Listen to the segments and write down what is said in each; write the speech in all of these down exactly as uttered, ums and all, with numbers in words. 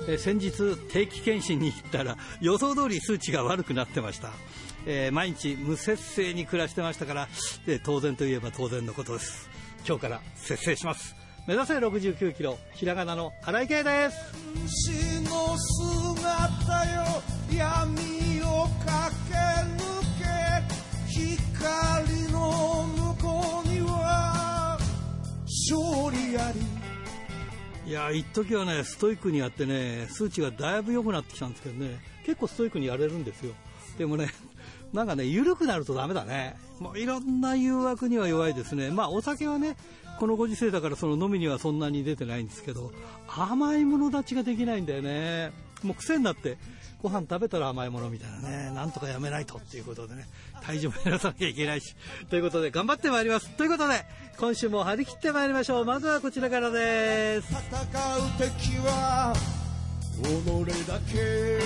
えー、先日定期検診に行ったら予想通り数値が悪くなってました。えー、毎日無節制に暮らしてましたから、えー、当然といえば当然のことです。今日から節制します。目指せろくじゅうきゅうキロ、ひらがなの荒井圭です。 牛の姿よ闇を駆け抜け、光の向こうには勝利あり。 いや一時はねストイックにやってね数値がだいぶ良くなってきたんですけどね、結構ストイックにやれるんですよ。でもねなんかね緩くなるとダメだね。もういろんな誘惑には弱いですね。まあお酒はねこのご時世だからその飲みにはそんなに出てないんですけど、甘いもの立ちができないんだよね。もう癖になってご飯食べたら甘いものみたいなね、なんとかやめないとっていうことでね、体重も減らさなきゃいけないしということで頑張ってまいります。ということで今週も張り切ってまいりましょう。まずはこちらからです。 戦う敵は己だけ、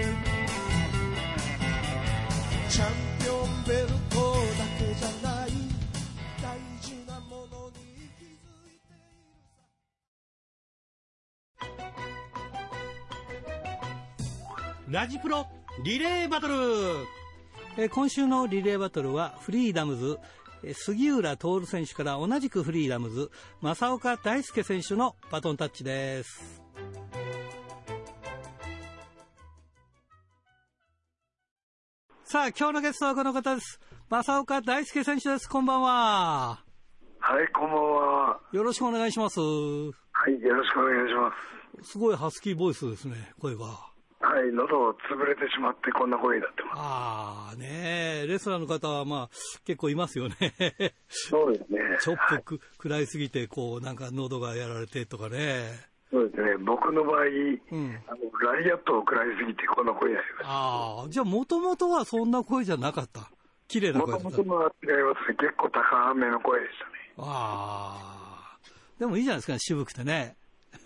チャンピオンベルトだけじゃない、大事なものに気づいているさ。ラジプロリレーバトル、えー、今週のリレーバトルはフリーダムズ、えー、杉浦徹選手から同じくフリーダムズ正岡大輔選手のバトンタッチです。さあ今日のゲストはこの方です。正岡大輔選手です。こんばんは。 はい、こんばんは。 よろしくお願いします。 はい、よろしくお願いします。 すごいハスキーボイスですね、声が。 はい、喉を潰れてしまってこんな声になってます。 ああねえ、レスラーの方はまあ結構いますよね。 そうですね。 ちょっとく、はい、暗いすぎてこうなんか喉がやられてとかね。 そうですね。僕の場合、うん、あのラリアットを食らいすぎてこんな声になりました。 ああ、じゃあもともとはそんな声じゃなかった。綺麗な声だった。 もともとは違いますね。結構高めの声でしたね。 ああ、でもいいじゃないですかね、渋くてね。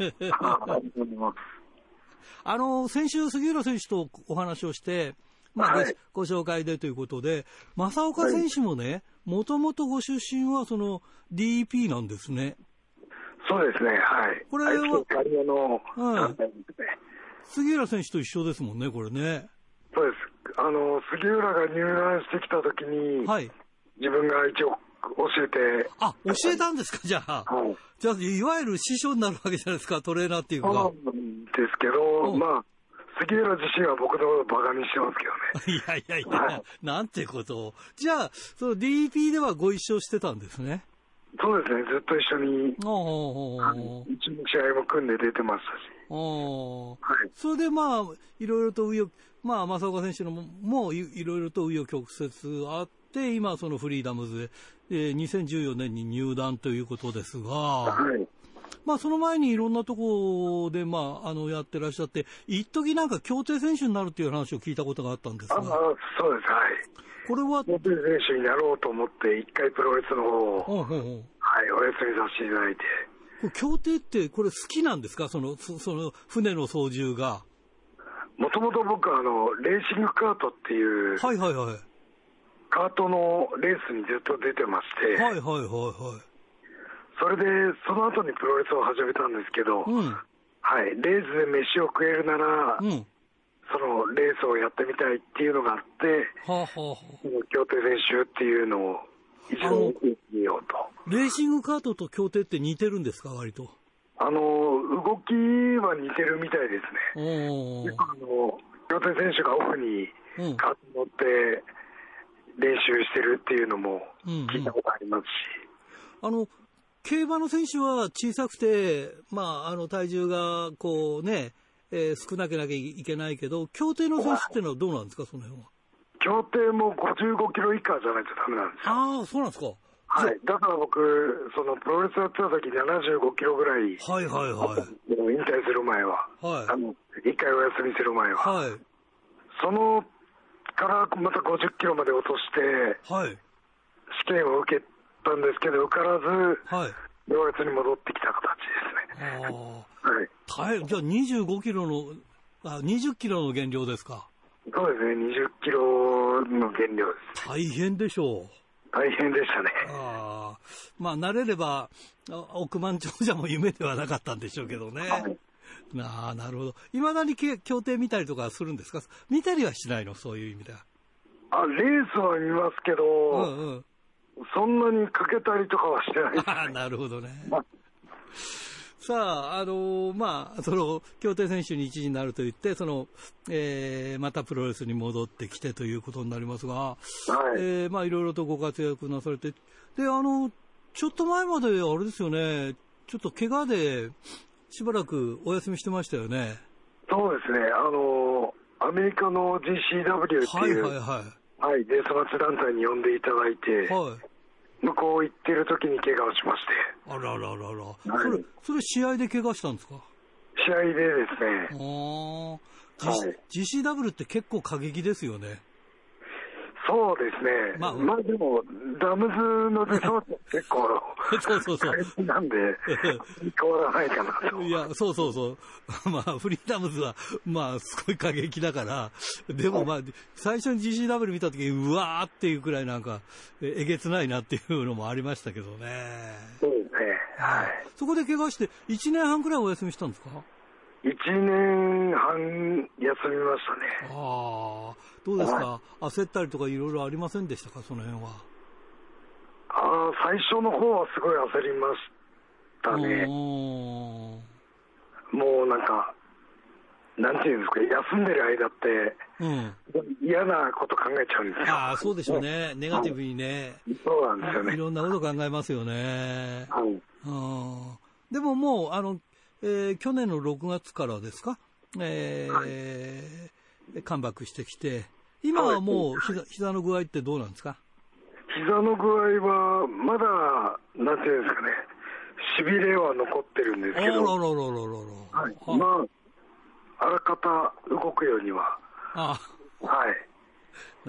あの先週杉浦選手とお話をして、まあはい、ご, ご紹介でということで、正岡選手もね、もともとご出身はその ディーイーピー なんですね。 そうですね、はい。 これは、 のうん、杉浦選手と一緒ですもんね、これね。 そうです。あの杉浦が入団してきたときに、はい、自分が一応教えて。 あ、教えたんですか、じゃあ。はい、じゃあ、いわゆる師匠になるわけじゃないですか、トレーナーっていうか。 そうなんですけど、うん、まあ、杉浦自身は僕のことをバカにしてますけどね。 いやいやいや、はい、なんてことを。じゃあ、その ディーイーピー ではご一緒してたんですね。 そうですね、ずっと一緒に、 おおうちの試合も組んで出てましたし。 おはい、それでまあ、いろいろと紆余、まあ、正岡選手のも、もういろいろと紆余曲折あって、今、そのフリーダムズで、えー、にせんじゅうよねんに入団ということですが、はい、まあ、その前にいろんなところで、まあ、あの、やってらっしゃって、一時なんか協定選手になるっていう話を聞いたことがあったんですが。ああ、 そうです、はい。 これは協定選手になろうと思って、一回プロレスの方を、ほうほうほう、はい、お休みさせていただいて。 協定って、これ好きなんですか、その、そ, その船の操縦が。 もともと僕は、あの、レーシングカートっていう、 はいはいはい。 カートのレースにずっと出てまして、 はいはいはいはい。 それで、その後にプロレスを始めたんですけど、うん、はい、レースで飯を食えるなら、うん、そのレースをやってみたいっていうのがあって、はあはあ、協定選手っていうのを一度見ようと。 レーシングカートと協定って似てるんですか、割と。 あの、動きは似てるみたいですね。あの、協定選手がオフにカート乗って練習してるっていうのも聞いたことありますし。 うんうん、あの、競馬の選手は小さくて、まあ、あの体重がこうね、えー、少なくなきゃいけないけど、協定の選手っていうのはどうなんですか、その辺は。 協定もごじゅうごキロ以下じゃないとダメなんですよ。 ああ、そうなんですか。 はい。だから僕、そのプロレスやってた時ななじゅうごキロぐらい。 はいはいはい。 引退する前は。はい。あの、一回お休みする前は。はい。そのからまたごじゅっキロまで落として、はい。試験を受けたんですけど、受からず、はい。プロレスに戻ってきた形ですね。ああ。はい。 大変、じゃあにじゅうごキロの、あ、にじゅっキロの減量ですか。 そうですね、にじゅっキロの減量です。 大変でしょう。 大変でしたね。 ああ、まあ慣れれば億万長者も夢ではなかったんでしょうけどね。はい、 なあ、なるほど。いまだに競艇見たりとかするんですか？見たりはしないの？そういう意味では。 あ、レースは見ますけど、うんうん、そんなにかけたりとかはしてないですね。 あ、なるほどね。さあ、あのー、まあ、その、競艇選手に一時になると言って、その、えー、またプロレスに戻ってきてということになりますが、はい、えー、まあ、いろいろとご活躍なされて、で、あの、ちょっと前まで、あれですよね、ちょっと怪我で、しばらくお休みしてましたよね。 そうですね、あの、アメリカの ジーシーダブリュー っていう、はいはいはい。はい、デスマッチ団体に呼んでいただいて、はい。向こう行ってる時に怪我をしまして。 あらららら。はい、それ、それ試合で怪我したんですか？ 試合でですね。 ああ、はい、ジーシーダブリュー って結構過激ですよね。 そうですね。まあ、まあ、でも、ダムズのデスマッチ結構、 そうそうそう。 なんで、変わらないかなと。 いや、そうそうそう。まあ、フリーダムズは、まあ、すごい過激だから、でもまあ、最初に ジーシーダブリュー 見たときに、うわーっていうくらいなんか、えげつないなっていうのもありましたけどね。 そうですね。はい。 そこで怪我して、いちねんはんくらいお休みしたんですか？ いちねんはん休みましたね。 ああ、どうですか、はい、焦ったりとかいろいろありませんでしたか、その辺は。 ああ、最初の方はすごい焦りましたね。もうなんか、なんていうんですか、休んでる間って、うん、嫌なこと考えちゃうんですよ。 ああ、そうでしょうね。ネガティブにね。 そうなんですよね。 いろんなこと考えますよね。はい。あ、でももう、あの、えー、去年のろくがつからですか、えーはい、カムバックしてきて、今はもう膝、膝の具合ってどうなんですか？ 膝の具合は、まだ、なんていうんですかね、しびれは残ってるんですけど、あらららららら、はい、まあ、あらかた動くようには、ああ、はい。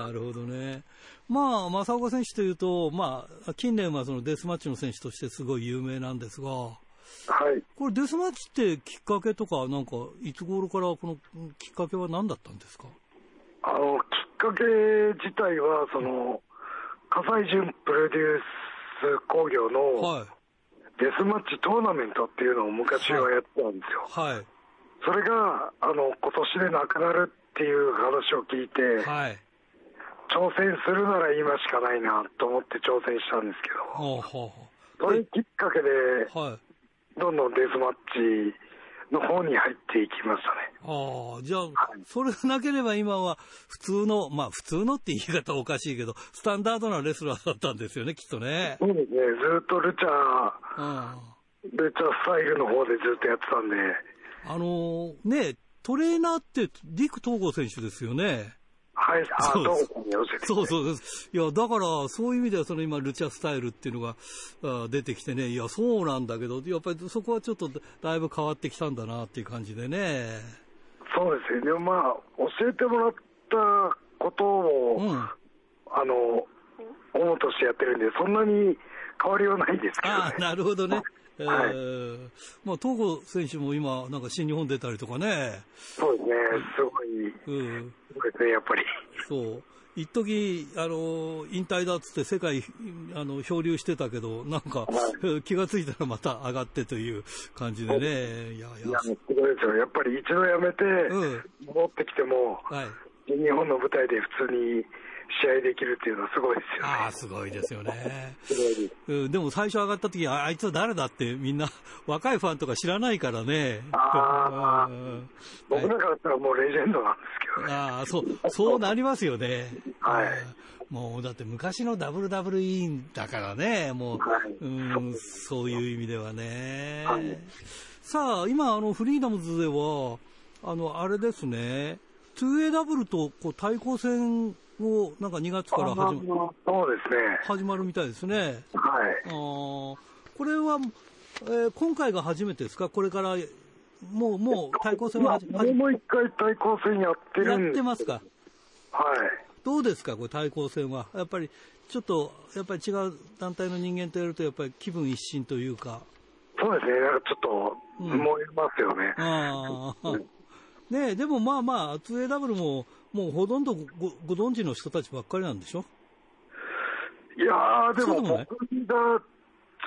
なるほどね。まあ、正岡選手というと、まあ、近年はそのデスマッチの選手としてすごい有名なんですが、はい。これデスマッチってきっかけとか、なんか、いつ頃からこのきっかけは何だったんですか？ あの、きっかけ自体は、その、葛西潤プロデュース工業のデスマッチトーナメントっていうのを昔はやってたんですよ。はい。はい、それが、あの、今年でなくなるっていう話を聞いて、はい。挑戦するなら今しかないなと思って挑戦したんですけど、はあはあ、それきっかけで、はい。どんどんデスマッチの方に入っていきましたね。 ああ、じゃあ、はい、それがなければ今は普通の、まあ普通のって言い方はおかしいけど、スタンダードなレスラーだったんですよね、きっとね。 そうですね、ずっとルチャー、ルチャースタイルの方でずっとやってたんで。 あのー、ね、トレーナーってディック東郷選手ですよね。 はい、あ、そうそうそうです。いや、だから、そういう意味では、その今、ルチャスタイルっていうのがあ出てきてね、いや、そうなんだけど、やっぱりそこはちょっとだいぶ変わってきたんだなっていう感じでね。 そうですよね。でもまあ、教えてもらったことを、うん、あの、主としてやってるんで、そんなに変わりはないですけどね。 ああ、なるほどね。えーはい、まあ、東郷選手も今、なんか新日本出たりとかね。 そうですね、すごい、うん、すごいですね、やっぱり。 そう。一時あの、引退だっつって世界、あの、漂流してたけど、なんか、はい、気がついたらまた上がってという感じでね。いや、 いや、すごいですよ。やっぱり一度辞めて、戻ってきても、うん、はい、日本の舞台で普通に、試合できるっていうのはすごいですよね。 ああ、すごいですよね。すごいです。うん、でも最初上がった時、あ、あいつは誰だってみんな若いファンとか知らないからね。ああ、僕なんかだったらもうレジェンドなんですけどね。 ああ、そう、そうなりますよね。はい。もうだって昔の ダブリューダブリューイー だからね、もう、はい、うん、そういう意味ではね。はい、さあ、今あのフリーダムズでは、あの、あれですね、ツーエーダブリュー とこう対抗戦をなんかにがつから始ま、 そうですね、 始まるみたいですね。はい。あこれは、えー、今回が初めてですか？これからもうもう対抗戦は始まる。 もう一回対抗戦やってるんです。 やってますか？ はい。 どうですかこれ対抗戦は？やっぱりちょっとやっぱり違う団体の人間とやるとやっぱり気分一新というか。 そうですね。なんかちょっと燃えますよね。うん、 ああ。ねえ、でもまあまあ ツーエーダブリュー ももうほとんど ご, ご存知の人たちばっかりなんでしょ？ いやー、でも僕が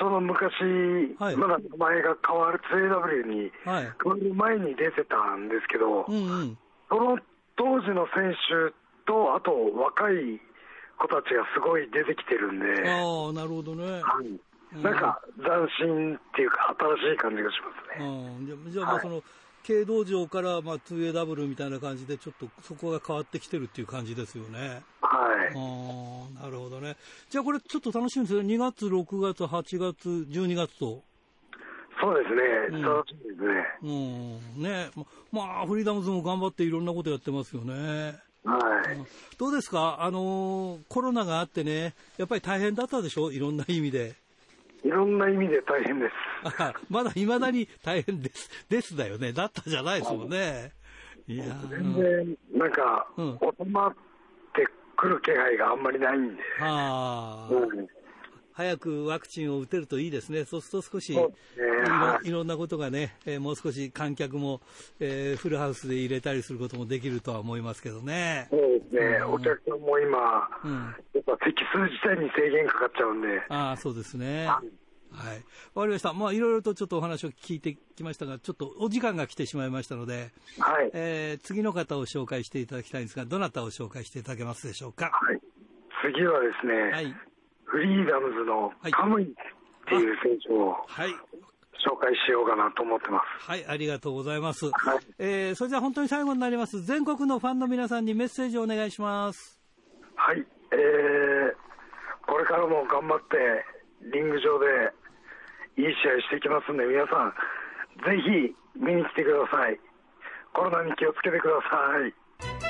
その昔、はい、まだ名前が変わる ツーエーダブリュー に変わる前に出てたんですけど、うんうん、その当時の選手と、あと若い子たちがすごい出てきてるんで、 ああ、なるほどね。 はい、うん、なんか斬新っていうか、新しい感じがしますね。 うん、じゃあ、じゃあまあその、はい、軽道場からまあ ツーエーダブリュー みたいな感じで、ちょっとそこが変わってきてるっていう感じですよね。 はい。 ああ、なるほどね。じゃあこれちょっと楽しみですね。にがつ、ろくがつ、はちがつ、じゅうにがつと。 そうですね。楽しみですね。 うん。ね。まあ、フリーダムズも頑張っていろんなことやってますよね。 はい。 うん、どうですか、あのー、コロナがあってね、やっぱり大変だったでしょ、いろんな意味で。 いろんな意味で大変です。 まだいまだに大変です。ですだよね。だったじゃないですもんね。いや全然、なんか、うん、収まってくる気配があんまりないんで。 はあ、うん。早くワクチンを打てるといいですね。そうすると少し、ね、いろ、いろんなことがね、えー、もう少し観客も、えー、フルハウスで入れたりすることもできるとは思いますけどね。 そうですね。うん、お客さんも今、うん、やっぱ席数自体に制限かかっちゃうんで。 ああ、そうですね。はい。はい。わかりました。まあ、いろいろとちょっとお話を聞いてきましたが、ちょっとお時間が来てしまいましたので、 はい。 えー、次の方を紹介していただきたいんですが、どなたを紹介していただけますでしょうか。 はい。次はですね、はい、フリーダムズのカムイっていう選手を、はい。紹介しようかなと思ってます。 はい、ありがとうございます。はい。えー、それじゃ本当に最後になります。全国のファンの皆さんにメッセージをお願いします。 はい。えー、これからも頑張って、リング上で、いい試合していきますんで、皆さん、ぜひ見に来てください。コロナに気をつけてください。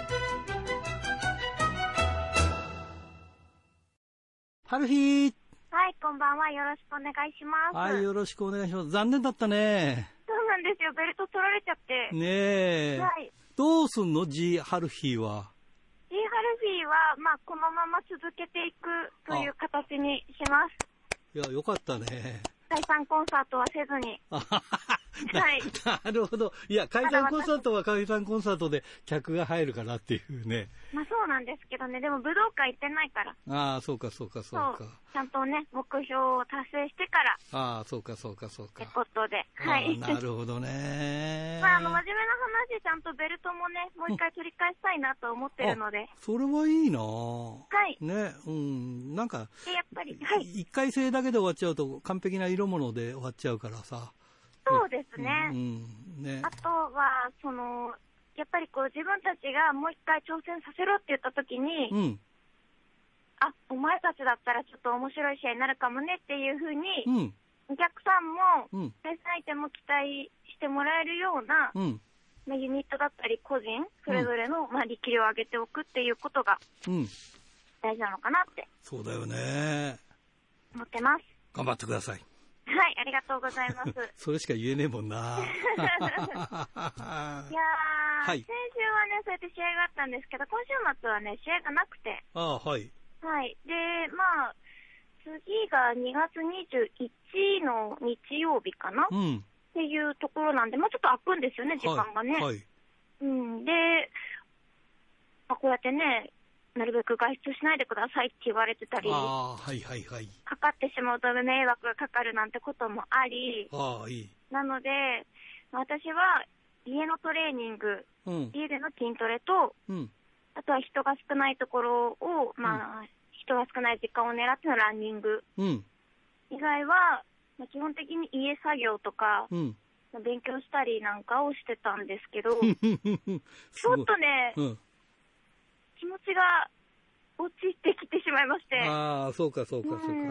春日。 はい、こんばんは。よろしくお願いします。 はい、よろしくお願いします。残念だったね。 そうなんですよ。ベルト取られちゃって。 ねえ。はい。どうすんの G 春日は。 G 春日は、まあ、このまま続けていくという形にします。 いや、よかったね。 解散コンサートはせずに。 はい。なるほど。いや、解散コンサートは解散コンサートで客が入るからっていうね。 まあそうなんですけどね、でも武道館行ってないから。 ああ、そうかそうかそうか。そうちゃんとね、目標を達成してから。 ああ、そうかそうかそうか。 ってことで。はい。 なるほどね。 まあ、あの、真面目な話、ちゃんとベルトもね、もう一回取り返したいなと思ってるので。 それはいいなはい。 ね、うん、なんか、やっぱり、はい。 一回生だけで終わっちゃうと完璧な色物で終わっちゃうからさ。 そうですね。 うん、ね。 あとは、その、やっぱりこう自分たちがもう一回挑戦させろって言ったときに、うん、あ、お前たちだったらちょっと面白い試合になるかもねっていうふうに、うん、お客さんも、対戦相手も期待してもらえるような、うん、まあ、ユニットだったり個人、それぞれの、まあ、力量を上げておくっていうことが、大事なのかなって。 そうだよね。 思ってます。 頑張ってください。 はい、ありがとうございます。 それしか言えねえもんな。いやー、 はい、先週はね、そうやって試合があったんですけど、今週末はね、試合がなくて。 ああ、はい。 はい。で、まあ、次がにがつにじゅういちにちの日曜日かな、うん、っていうところなんで、まあちょっと空くんですよね、時間がね。はい。はい、うん、で、まあ、こうやってね、なるべく外出しないでくださいって言われてたり、 あ、はいはいはい、 かかってしまうと迷惑がかかるなんてこともあり、 あ、いい。 なので、私は家のトレーニング、うん、家での筋トレと、うん、あとは人が少ないところを、まあ、うん、人が少ない時間を狙ってのランニング、うん、以外は、まあ、基本的に家作業とか、うん、勉強したりなんかをしてたんですけど、ちょっとね、うん、気持ちが落ちてきてしまいまして。 ああ、そうかそうかそうか。うん、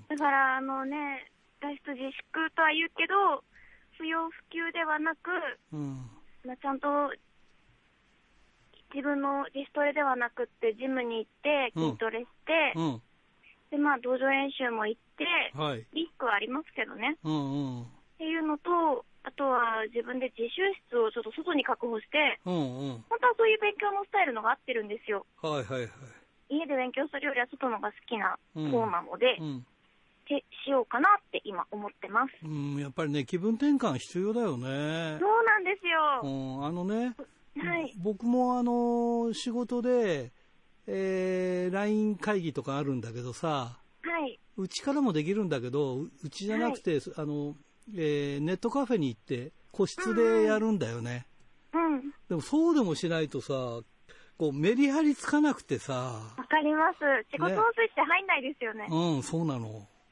だからあのね、外出自粛とは言うけど、不要不急ではなく、うん、まあ、ちゃんと自分の自主トレではなくってジムに行って筋トレして、うんうん、でまあ道場練習も行って、はい、リスクはありますけどね、うんうん、っていうのと、あとは自分で自習室をちょっと外に確保して、うんうん、本当はそういう勉強のスタイルのが合ってるんですよ。 はいはいはい。 家で勉強するよりは外のが好きな方なので、うんうん、ってしようかなって今思ってます。 うん、やっぱりね、気分転換必要だよね。 そうなんですよ。 うん、あのね、 はい、 僕もあの仕事で、えー、ライン 会議とかあるんだけどさ、 はい、 うちからもできるんだけど、うちじゃなくて、はい、あのえー、ネットカフェに行って個室でやるんだよね、 うんうん、 でもそうでもしないとさ、こうメリハリつかなくてさ。 わかります。仕事のスイッチ入んないですよね。 うん、そうなの。 うん、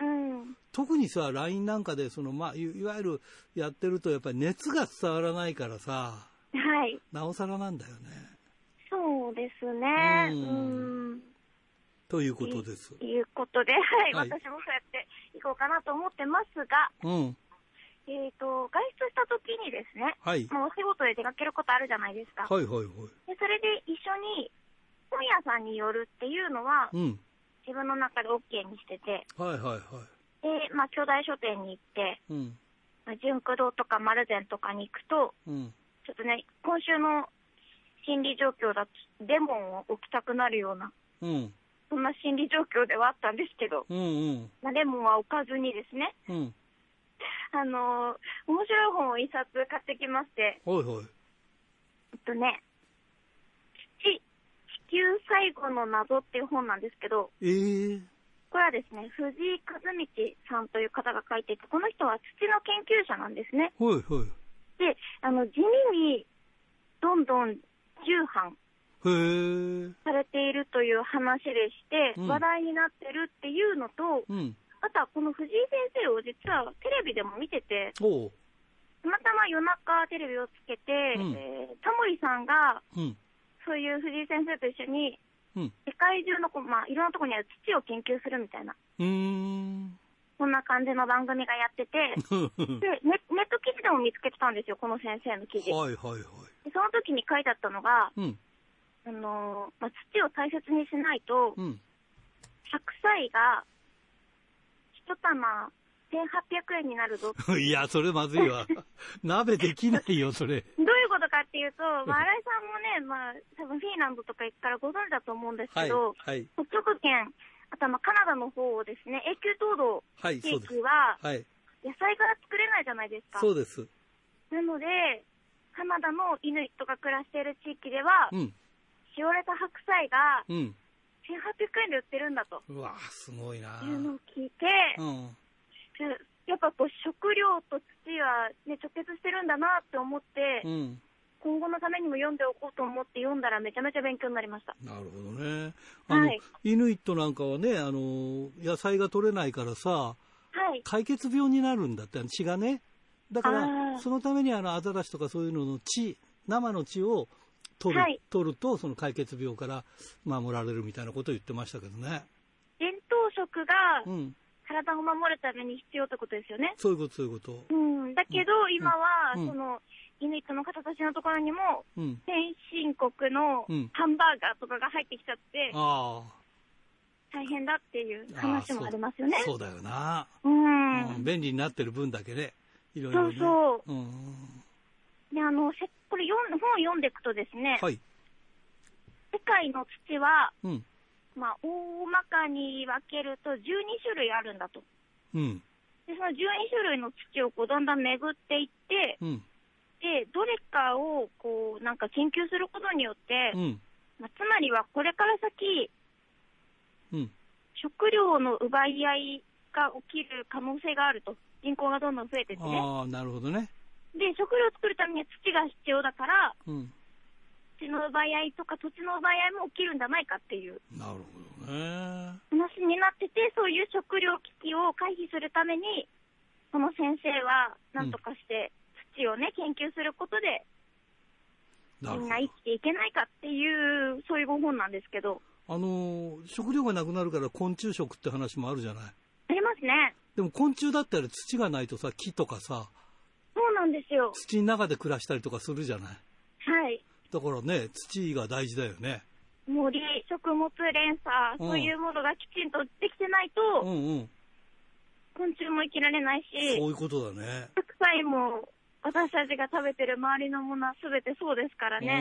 特にさ ライン なんかでその、まあ、い, いわゆるやってるとやっぱり熱が伝わらないからさ、 はい、 なおさらなんだよね。 そうですね。うん、うん、 ということです。 ということで、はい、はい、私もそうやっていこうかなと思ってますが、 うん、 えーと、外出した時にですね、 はい、 もうお仕事で出かけることあるじゃないですか。 はいはいはい。 でそれで一緒に本屋さんに寄るっていうのは、 うん、 自分の中で OK にしてて、 はいはいはい。 で、まあ、兄弟書店に行って、 うん、 まあ、純駆堂とか丸善とかに行くと、 うん、 ちょっとね、今週の心理状況だとレモンを置きたくなるような、 うん、 そんな心理状況ではあったんですけど、 うんうん、 まあ、レモンは置かずにですね、 うん、 あのー、面白い本を一冊買ってきまして、 はいはい、 えっとね、地、地球最後の謎っていう本なんですけど、 えー、 これはですね、藤井和道さんという方が書いていて、この人は土の研究者なんですね。 はいはい。 で、あの、地味にどんどん重版されているという話でして、うん、話題になってるっていうのと、 うん、 あとはこの藤井先生を実はテレビでも見てて、 おたまたま夜中テレビをつけて、うん、えー、タモリさんが、うん、そういう藤井先生と一緒に、うん、世界中の、まあ、いろんなところにある土を研究するみたいな、 うーん、 そんな感じの番組がやっててでネ、ネット記事でも見つけてたんですよ、この先生の記事。 はいはいはい。 でその時に書いてあったのが、 うん、 あのまあ、土を大切にしないと、 うん、 白菜が一玉せんはっぴゃくえんになるぞいや、それまずいわ鍋できないよ、それ。 どういうことかっていうと、まあ、新井さんもね、まあ、多分フィンランドとか行ったらご存知だと思うんですけど、 はいはい、 北極圏、あとはまあカナダの方をですね、永久凍土地域は、 はい、 野菜から作れないじゃないですか。 そうです。 なので、カナダのイヌイットが暮らしている地域では、うん、しおれた白菜が、せんはっぴゃくえんで売ってるんだと。 うわすごいな。 いうのを聞いて、 うん、 やっぱこう食料と土は、ね、直結してるんだなって思って、うん、今後のためにも読んでおこうと思って読んだらめちゃめちゃ勉強になりました。 なるほどね。あの、はい、イヌイットなんかはね、あの野菜が取れないからさ、はい、解決病になるんだって血がね。だからそのためにあのアザラシとかそういうのの血、生の血を取る、はい、取るとその解決病から守られるみたいなことを言ってましたけどね。 伝統食が、うん、体を守るために必要ってことですよね。 そういうこと、そういうこと。 うん、だけど、うん、今は、うん、その、イヌイットの方たちのところにも、うん、先進国のハンバーガーとかが入ってきちゃって、うん、あ大変だっていう話もありますよね。 そう、そうだよな、 うんうん。便利になってる分だけね、いろいろね。 そうそう。 うん、 で、あの、これ読ん、本を読んでいくとですね、 はい、 世界の土は、 うん、 まあ、大まかに分けるとじゅうにしゅるいあるんだと。 うん、 でそのじゅうにしゅるいの土をこうだんだん巡っていって、 うん、 でどれかをこうなんか研究することによって、 うん、 まあ、つまりはこれから先、 うん、 食料の奪い合いが起きる可能性があると。人口がどんどん増えてってね。 ああ、なるほどね。 で食料を作るためには土が必要だから、 うん、 土の奪い合いとか土地の奪い合いも起きるんじゃないかっていうなるほどね話になってて、そういう食料危機を回避するためにこの先生は何とかして土をね、うん、研究することでみんな生きていけないかっていうそういうご本なんですけど、 あの食料がなくなるから昆虫食って話もあるじゃない。 ありますね。 でも昆虫だったら土がないとさ、木とかさ、 そうなんですよ、 土の中で暮らしたりとかするじゃない。 はい、 だからね、土が大事だよね。 森、食物連鎖、そういうものがきちんとできてないと、 うんうん、 昆虫も生きられないし、 そういうことだね。 白菜も私たちが食べてる周りのものは全てそうですからね。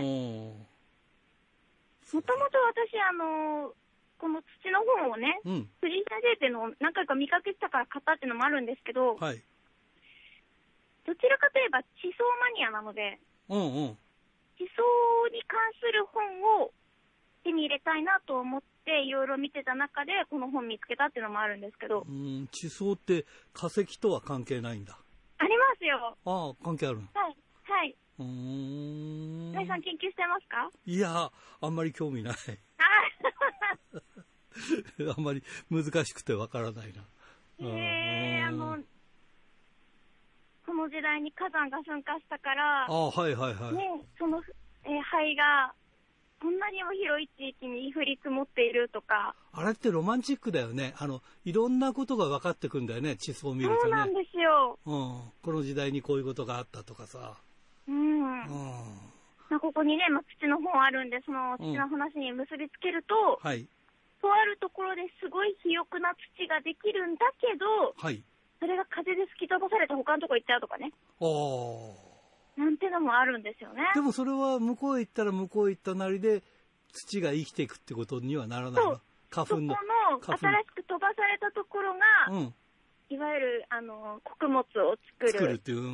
もともと私、あの、この土の本をね、うん、藤井先生っていうのを何回か見かけてたから買ったっていうのもあるんですけど、 はい、 どちらかといえば地層マニアなので、 うんうん、 地層に関する本を手に入れたいなと思っていろいろ見てた中でこの本見つけたっていうのもあるんですけど。 うん、地層って化石とは関係ないんだ。 ありますよ。 ああ、関係ある。 はい、はい。 うーん。 大さん研究してますか？ いや、あんまり興味ない。あんまり難しくてわからないな。 へえー、あの、この時代に火山が噴火したから、 ああ、はいはいはい。 ね、その、えー、灰が、こんなにも広い地域に降り積もっているとか。 あれってロマンチックだよね。あの、いろんなことが分かってくんだよね、地層を見るとね。 そうなんですよ。 うん。この時代にこういうことがあったとかさ。 うん。うん。まあ、ここにね、まあ、土の本あるんで、その土の話に結びつけると、 うん、はい。 とあるところですごい肥沃な土ができるんだけど、 はい。 それが風で吹き飛ばされて他のとこ行っちゃうとかね。 ああ。 なんてのもあるんですよね。 でもそれは向こう行ったら向こう行ったなりで土が生きていくってことにはならないの？花粉の。 そこの新しく飛ばされたところが、うん、いわゆるあの穀物を作る。 作るっていう。うん、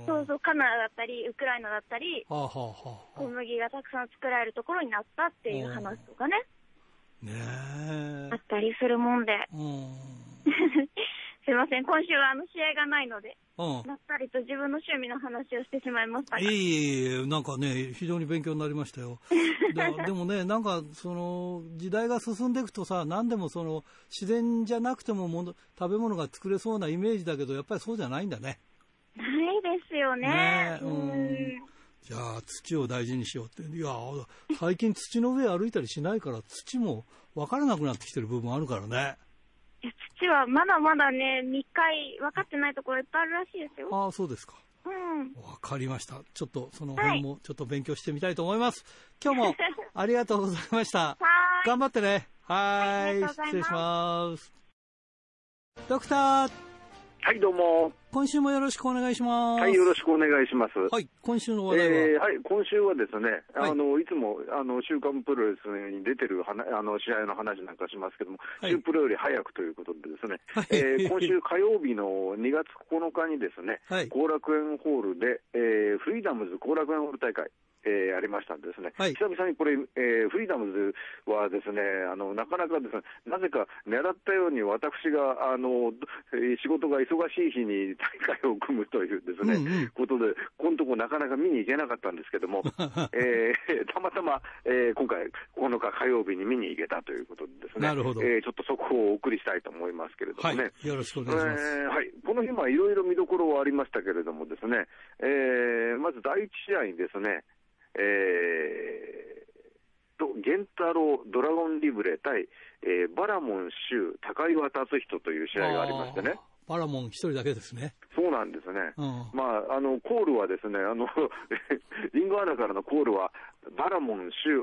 そうそう、カナダだったりウクライナだったり、 はあはあはあ、 小麦がたくさん作られるところになったっていう話とかね。 ねえ。 あったりするもんで。 うん。 すいません、今週はあの試合がないので、 うん、 まったりと自分の趣味の話をしてしまいましたが。 いえいえ、なんかね、非常に勉強になりましたよ。で, でもね、なんかその時代が進んでいくとさ、何でもその自然じゃなくてももの食べ物が作れそうなイメージだけど、やっぱりそうじゃないんだね。 ないですよね。ね、うん。 じゃあ土を大事にしようって。いや、最近土の上歩いたりしないから土も分からなくなってきてる部分あるからね。 土はまだまだね、密会分かってないところいっぱいあるらしいですよ。 ああ、そうですか。 うん。 分かりました。ちょっとその本もちょっと勉強してみたいと思います。はい、今日もありがとうございました。 はい。 頑張ってね。はい。 はい、 失礼します。ドクター。 はい、どうも。 今週もよろしくお願いします。 はい、よろしくお願いします。 はい、今週の話題は、 えー、はい、今週はですね、はい、あのいつもあの週刊プロレスに出てるはなあの試合の話なんかしますけども、はい、週プロより早くということでですね、はい、えー、今週火曜日のにがつここのかにですね、はい、後楽園ホールで、えー、フリーダムズ後楽園ホール大会、えー、ありましたんですね、はい、久々にこれ、えー、フリーダムズはですね、あのなかなかですね、なぜか狙ったように私があの仕事が忙しい日に大会を組むというですね、うんうん、ことで、このとこなかなか見に行けなかったんですけども、えー、たまたま、えー、今回ここのか火曜日に見に行けたということでですね、 なるほど、 えー、ちょっと速報をお送りしたいと思いますけれどもね、 はい、よろしくお願いします。 えーはい、この日はいろいろ見どころはありましたけれどもですね、えー、まずだいいち試合にですね、えー、と源太郎ドラゴンリブレ対、えー、バラモン州高岩達人という試合がありましてね。 バラモン一人だけですね。 そうなんですね。 うん、 まあ、あの、コールはですね、あの、リンゴアナからのコールは、バラモン州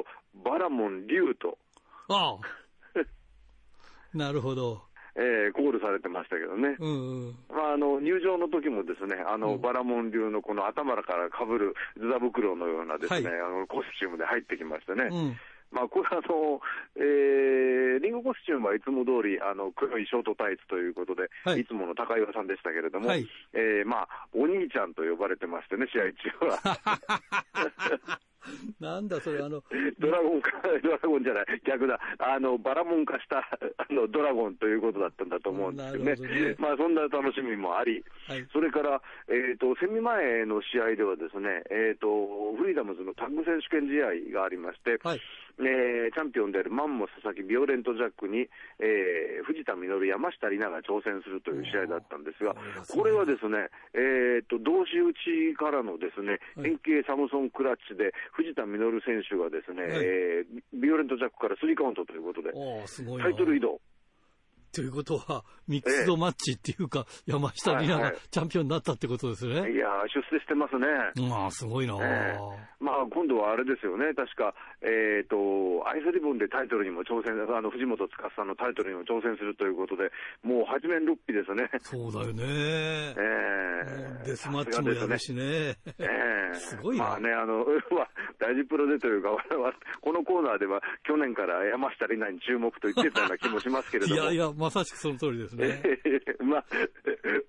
&バラモン竜と。 ああ。なるほど。 えー、コールされてましたけどね。 うんうん、 まあ、あの、入場の時もですね、あの、うん、バラモン竜のこの頭から被るズダ袋のようなですね、はい、あの、コスチュームで入ってきましてね。うん、まあ、これはあの、えー、リンゴコスチュームはいつも通り、あの、黒いショートタイツということで、はい、いつもの高岩さんでしたけれども、はい、えー、まあ、お兄ちゃんと呼ばれてましてね、試合中は。 なんだそれ、あのドラゴンか、ドラゴンじゃない、逆だ、あのバラモン化したあのドラゴンということだったんだと思うんですよね。ね、まあ、そんな楽しみもあり、はい、それから、えーと、セミ前の試合ではですね、えーと、フリーダムズのタッグ選手権試合がありまして、はい、えー、チャンピオンであるマンモス佐々木ビオレントジャックに、えー、藤田実、山下里奈が挑戦するという試合だったんですが、これはですね、えーと、同士打ちからのですね、円形サムソンクラッチで藤田実選手がですね、はい、えー、ビオレントジャックからスリーカウントということで、タイトル移動。 ということは、ミックスドマッチっていうか、えー、山下里奈がチャンピオンになったってことですね。はいはい、 いやー、出世してますね。 まあ、すごいな、 えー、まあ、今度はあれですよね、確か、えーと、アイスリボンでタイトルにも挑戦、あの藤本司さんのタイトルにも挑戦するということで、もう八面六臂ですね。 そうだよね。 えー、 デスマッチもやるしね。 えー、 すごいな。 まあね、あの、大事プロでというか、我々はこのコーナーでは去年から山下里奈に注目と言ってたような気もしますけれども。 いやいや、まさしくその通りですね。 まあ、本当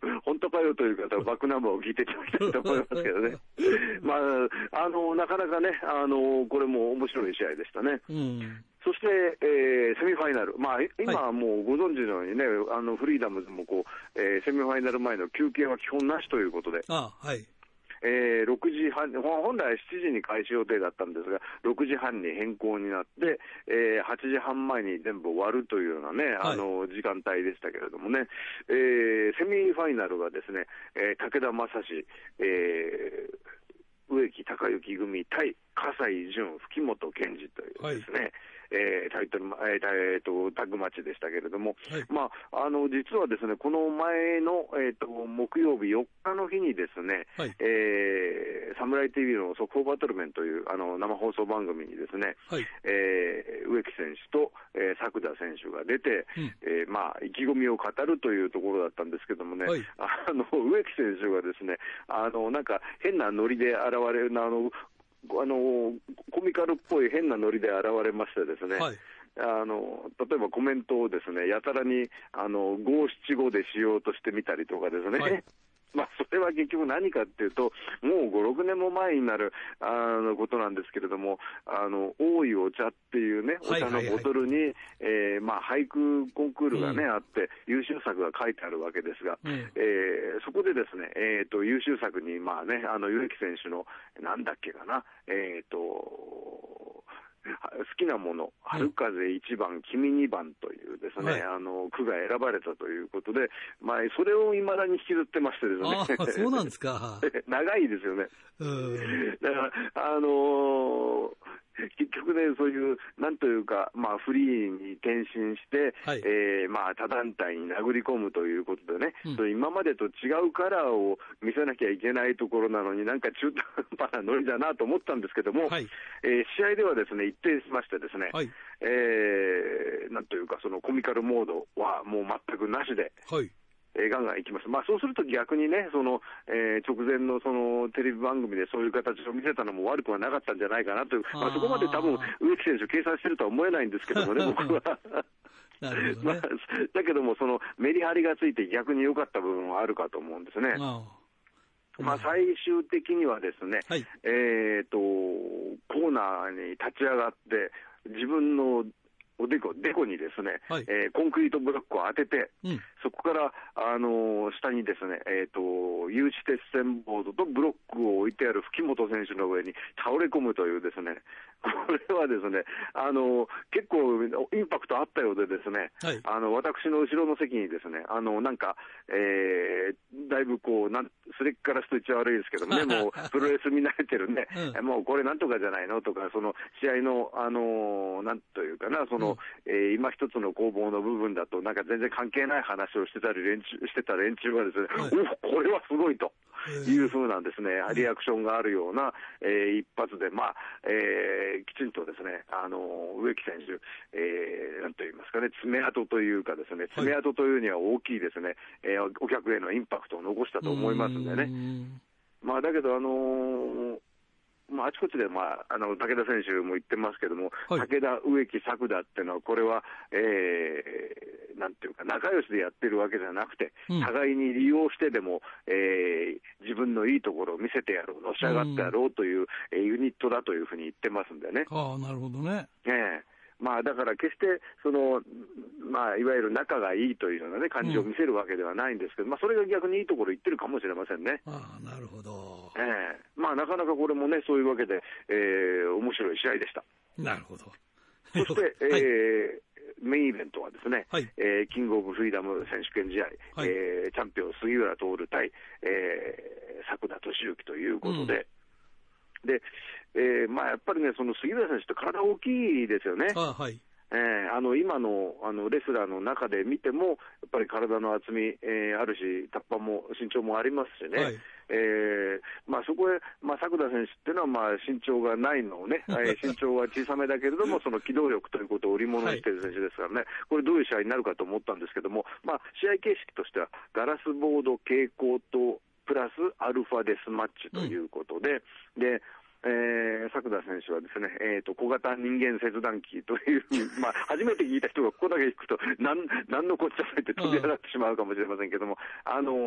かよという方はバックナンバーを聞いていただきたいと思いますけどね。まあ、あの、なかなかね、あの、これも面白い試合でしたね。うん、そして、えー、セミファイナル。まあ、今はもうご存知のようにね、はい、あの、フリーダムズもこう、えー、セミファイナル前の休憩は基本なしということで。 あはい。 えー、ろくじはん、本来しちじに開始予定だったんですが、ろくじはんに変更になって、えー、はちじはんまえに全部終わるというようなね、あの、時間帯でしたけれどもね、えー、セミファイナルがですね、えー、武田正史、えー、植木隆之組対葛西潤、吹本健二というですね、はい、えー、タイトル、えーえー、とタッグマッチでしたけれども、はい、まあ、あの実はですね、この前の、えー、と木曜日よっかの日にですね、はい、えー、サムライ ティービー の速報バトルメンというあの生放送番組にですね、はい、えー、植木選手と、えー、作田選手が出て、うん、えー、まあ、意気込みを語るというところだったんですけどもね、はい、あの植木選手がですね、あのなんか変なノリで現れるあのあのコミカルっぽい変なノリで現れましてですね、はい、あの例えばコメントをですねやたらにあの五七五でしようとしてみたりとかですね、はい、まあそれは結局何かっていうと、もうご、ろくねんも前になるあのことなんですけれども、あの大井お茶っていうね、お茶のボトルに、はいはいはい、えー、まあ、俳句コンクールがね、うん、あって優秀作が書いてあるわけですが、うん、えー、そこでですね、えーと、優秀作にまあね、あの植木選手のなんだっけかな、えーと好きなもの、春風一番、君二番というですね、はい、あの句が選ばれたということで、まあ、それを未だに引きずってましてですね。 あ、そうなんですか。 長いですよね。うん、だから、あのー結局ね、そういう、なんというか、まあ、フリーに転身して、はい、えー、まあ、他団体に殴り込むということでね、うん、今までと違うカラーを見せなきゃいけないところなのに、なんか中途半端なノリだなと思ったんですけども、はい、えー、試合ではですね、一転しましてですね、はい、えー、なんというか、そのコミカルモードはもう全くなしで、はい、えー、ガンガンいきます。まあ、そうすると逆にね、その、えー、直前のそのテレビ番組でそういう形を見せたのも悪くはなかったんじゃないかなという、まあ、そこまで多分植木選手計算してるとは思えないんですけどもね、僕は。なるほどね。まあ、だけども、そのメリハリがついて逆に良かった部分はあるかと思うんですね。まあ、最終的にはですね、はい、えっと、コーナーに立ち上がって、自分のおでこ、でこにですね、はい、えー、コンクリートブロックを当てて、うん、そこから、あのー、下にですね、えっと、有刺鉄線ボードとブロックを置いてある吹本選手の上に倒れ込むというですね、これはですね、あのー、結構インパクトあったようでですね、はい、あの、私の後ろの席にですね、あの、なんか、えー、だいぶこう、なん、すれっからすと言っちゃ悪いですけどね、もうプロレス見慣れてるんで、うん、もうこれなんとかじゃないのとか、その試合の、あのー、なんというかな、その、うん、えー、今一つの攻防の部分だとなんか全然関係ない話をしてたり連中してた連中がですね、はい、おこれはすごいという風なんですね、リアクションがあるような、えー、一発で、まあえー、きちんとですね、あの植木選手、えー、なんと言いますかね、爪痕というかですね、爪痕というには大きいですね、えー、お客へのインパクトを残したと思いますんでね。まあだけどあのーまあ、あちこちで、まあ、あの武田選手も言ってますけども、はい、武田、植木、作田っていうのは、これは、えー、なんていうか、仲良しでやってるわけじゃなくて、うん、互いに利用してでも、えー、自分のいいところを見せてやろう、のし上がってやろうという、うん、ユニットだというふうに言ってますんでね。 ああ、なるほどね。 えーまあ、だから決してその、まあ、いわゆる仲がいいというような、ね、感じを見せるわけではないんですけど、うん、まあ、それが逆にいいところ言ってるかもしれませんね。 ああ、なるほど。 ええまあ、なかなかこれもね、そういうわけで、えー、面白い試合でした。 なるほど。 そして、はい、えー、メインイベントはですね、はい、えー、キングオブフリーダム選手権試合、はい、えー、チャンピオン杉浦徹対、えー、作田俊之ということで、うん、で、えーまあ、やっぱりね、その杉浦選手って体大きいですよね。 あ、はい、 えー、あの今の、あのレスラーの中で見ても、やっぱり体の厚み、えー、あるし、タッパも身長もありますしね、はい、えーまあ、そこへ、まあ、作田選手っていうのは、まあ、身長がないのをね、えー、身長は小さめだけれども、その機動力ということを売り物にしている選手ですからね、はい、これ、どういう試合になるかと思ったんですけども、まあ、試合形式としては、ガラスボード蛍光灯プラスアルファデスマッチということで、うん、でえー、作田選手はですね、えーと、小型人間切断機という、まあ、初めて聞いた人がここだけ聞くと、なん、なんのこっちゃないって飛び上がってしまうかもしれませんけども、あの、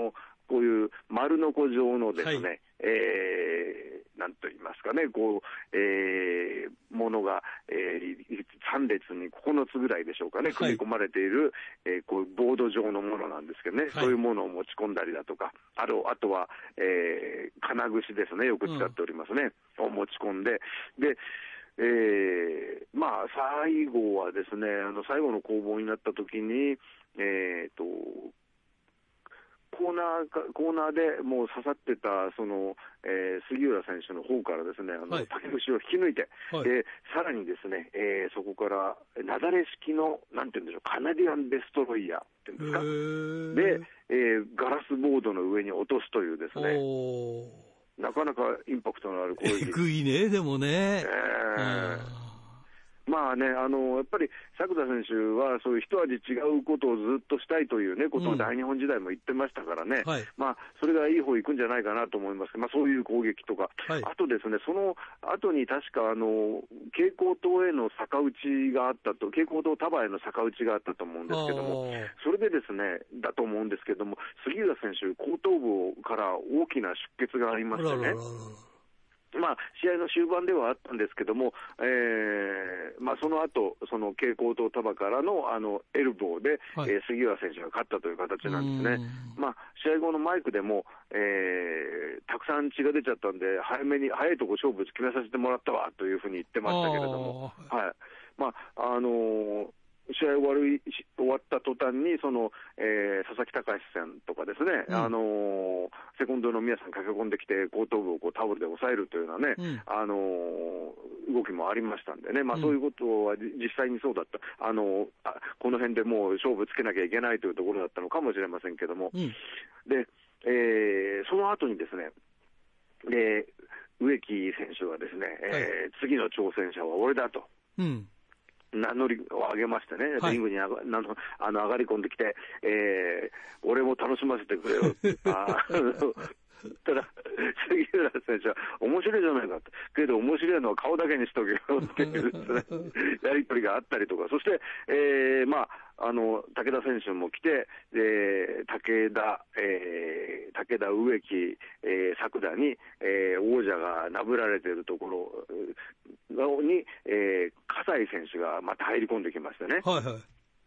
こういう丸のこ状のですね、はい、えー、なんと言いますかね、こう、えー、ものが、えー、さん列にここのつぐらいでしょうかね、組み込まれている、はい、えー、こういうボード状のものなんですけどね、はい、そういうものを持ち込んだりだとか、あと、あとは、えー、金串ですね、よく使っておりますね、うん、を持ち込んで、で、えー、まあ、最後はですね、あの、最後の攻防になった時に、えーと、コーナーか、コーナーでもう刺さってた、その、えー、杉浦選手の方からですね、あの、はい、竹串を引き抜いて、はい、で、さらにですね、えー、そこから、なだれ式の、なんていうんでしょう、カナディアンデストロイヤーっていうんですか。で、えー、ガラスボードの上に落とすというですね、なかなかインパクトのある攻撃。 えぐいね、でもね。 えーまあね、あのやっぱり作田選手はそういう一味違うことをずっとしたいというね、ことを大日本時代も言ってましたからね、うんはい、まあそれがいい方行くんじゃないかなと思いますけど、まあ、そういう攻撃とか、はい、あとですね、その後に確かあの蛍光灯への逆打ちがあったと、蛍光灯束への逆打ちがあったと思うんですけども、それでですね、だと思うんですけども、杉浦選手、後頭部から大きな出血がありましてね。まあ、試合の終盤ではあったんですけども、えーまあ、その後その蛍光灯束からのあのエルボーで、はいえー、杉浦選手が勝ったという形なんですね。まあ、試合後のマイクでも、えー、たくさん血が出ちゃったんで、早めに早いとこ勝負決めさせてもらったわというふうに言ってましたけれども、はいまああのー試合終わる終わった途端にその、えー、佐々木隆さんとかですね、うん、あのー、セコンドの皆さん駆け込んできて後頭部をこうタオルで押さえるというようなね、うん、あのー、動きもありましたんでね、まあ、そういうことは実際にそうだった、あのー、あこの辺でもう勝負つけなきゃいけないというところだったのかもしれませんけども、うん、で、えー、その後にですね、で植木選手はですね、はいえー、次の挑戦者は俺だと。うん名乗りを上げましてね、はい、リングにあがあのあの上がり込んできて、えー、俺も楽しませてくれよあただ、杉浦選手は面白いじゃないかと、けど面白いのは顔だけにしとけよっていうです、ね、やり取りがあったりとか、そして、えーまあ、あの武田選手も来て、えー、武田、えー、武田植木、えー、作田に、えー、王者がなぶられているところに、えー、葛西選手がまた入り込んできましてね、はいはい、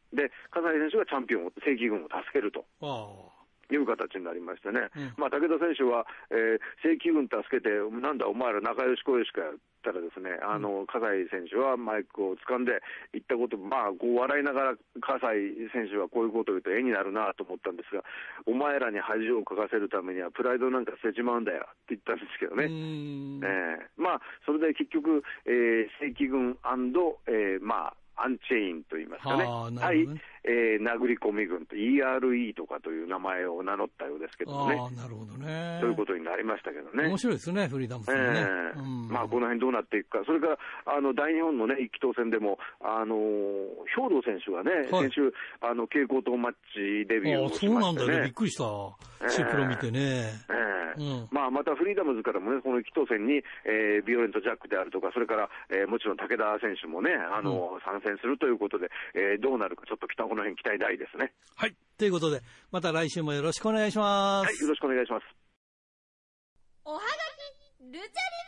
で葛西選手がチャンピオンを正規軍を助けると。あいう形になりましてね、うんまあ、武田選手は、えー、正規軍助けて、なんだ、お前ら仲良しこよしかやったらですね、あの葛西選手はマイクを掴んで言ったこと、まあ、こう笑いながら、葛西選手はこういうことを言うと絵になるなと思ったんですが、お前らに恥をかかせるためには、プライドなんか捨てちまうんだよって言ったんですけどね、えー、まあ、それで結局、えー、正規軍、えー、まあ、アンチェインといいますかね、はい、えー、殴り込み軍と イーアールイー とかという名前を名乗ったようですけどね、 あなるほどね、 そういうことになりましたけどね、 面白いですね、フリーダムさんね、 えーうんまあ、この辺どうなっていくか、それからあの大日本の、ね、一気当選でも、あのー、兵藤選手がね、はい、先週、あの蛍光灯マッチデビューをしましてね、あそうなんだね、びっくりした、シープロ見てね。えーえーうんまあ、またフリーダムズからもね、この一気当選に、えー、ビオレント・ジャックであるとか、それから、えー、もちろん武田選手もね、あのーうん、参戦するということで、えー、どうなるか、ちょっとこの辺期待大ですね。 はい。ということで、また来週もよろしくお願いします。 はい、よろしくお願いします。 おはがき、ルチャリ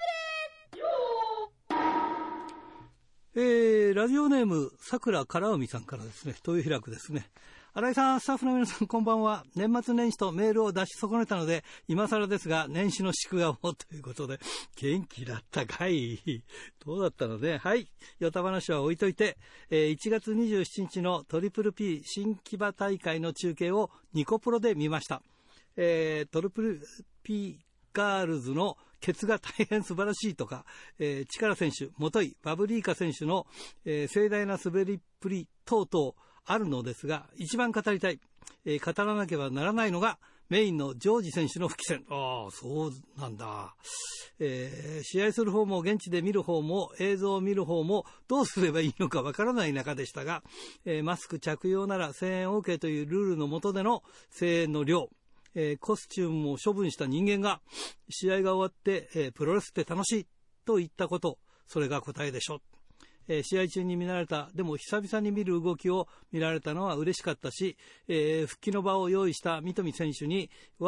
ブレえー、ラジオネーム、桜から海さんからですね、豊平区ですね。新井さん、スタッフの皆さん、こんばんは。年末年始とメールを出し損ねたので、今更ですが、年始の祝賀をということで、元気だったかいどうだったので、はい。ヨタ話は置いといて、えー、いちがつにじゅうしちにちのトリプル P 新木場大会の中継をニコプロで見ました。えー、トリプル P ガールズのケツが大変素晴らしいとか、えー、力選手、元井、バブリーカ選手の、えー、盛大な滑りっぷり等々、あるのですが、一番語りたい、えー、語らなければならないのがメインのジョージ選手の復帰戦。ああ、そうなんだ、えー、試合する方も現地で見る方も映像を見る方もどうすればいいのかわからない中でしたが、えー、マスク着用なら声援 OK というルールの下での声援の量、えー、コスチュームを処分した人間が試合が終わって、えー、プロレスって楽しいと言ったこと、それが答えでしょ。えー、試合中に見られた、でも久々に見る動きを見られたのは嬉しかったし、えー、復帰の場を用意した三富選手には、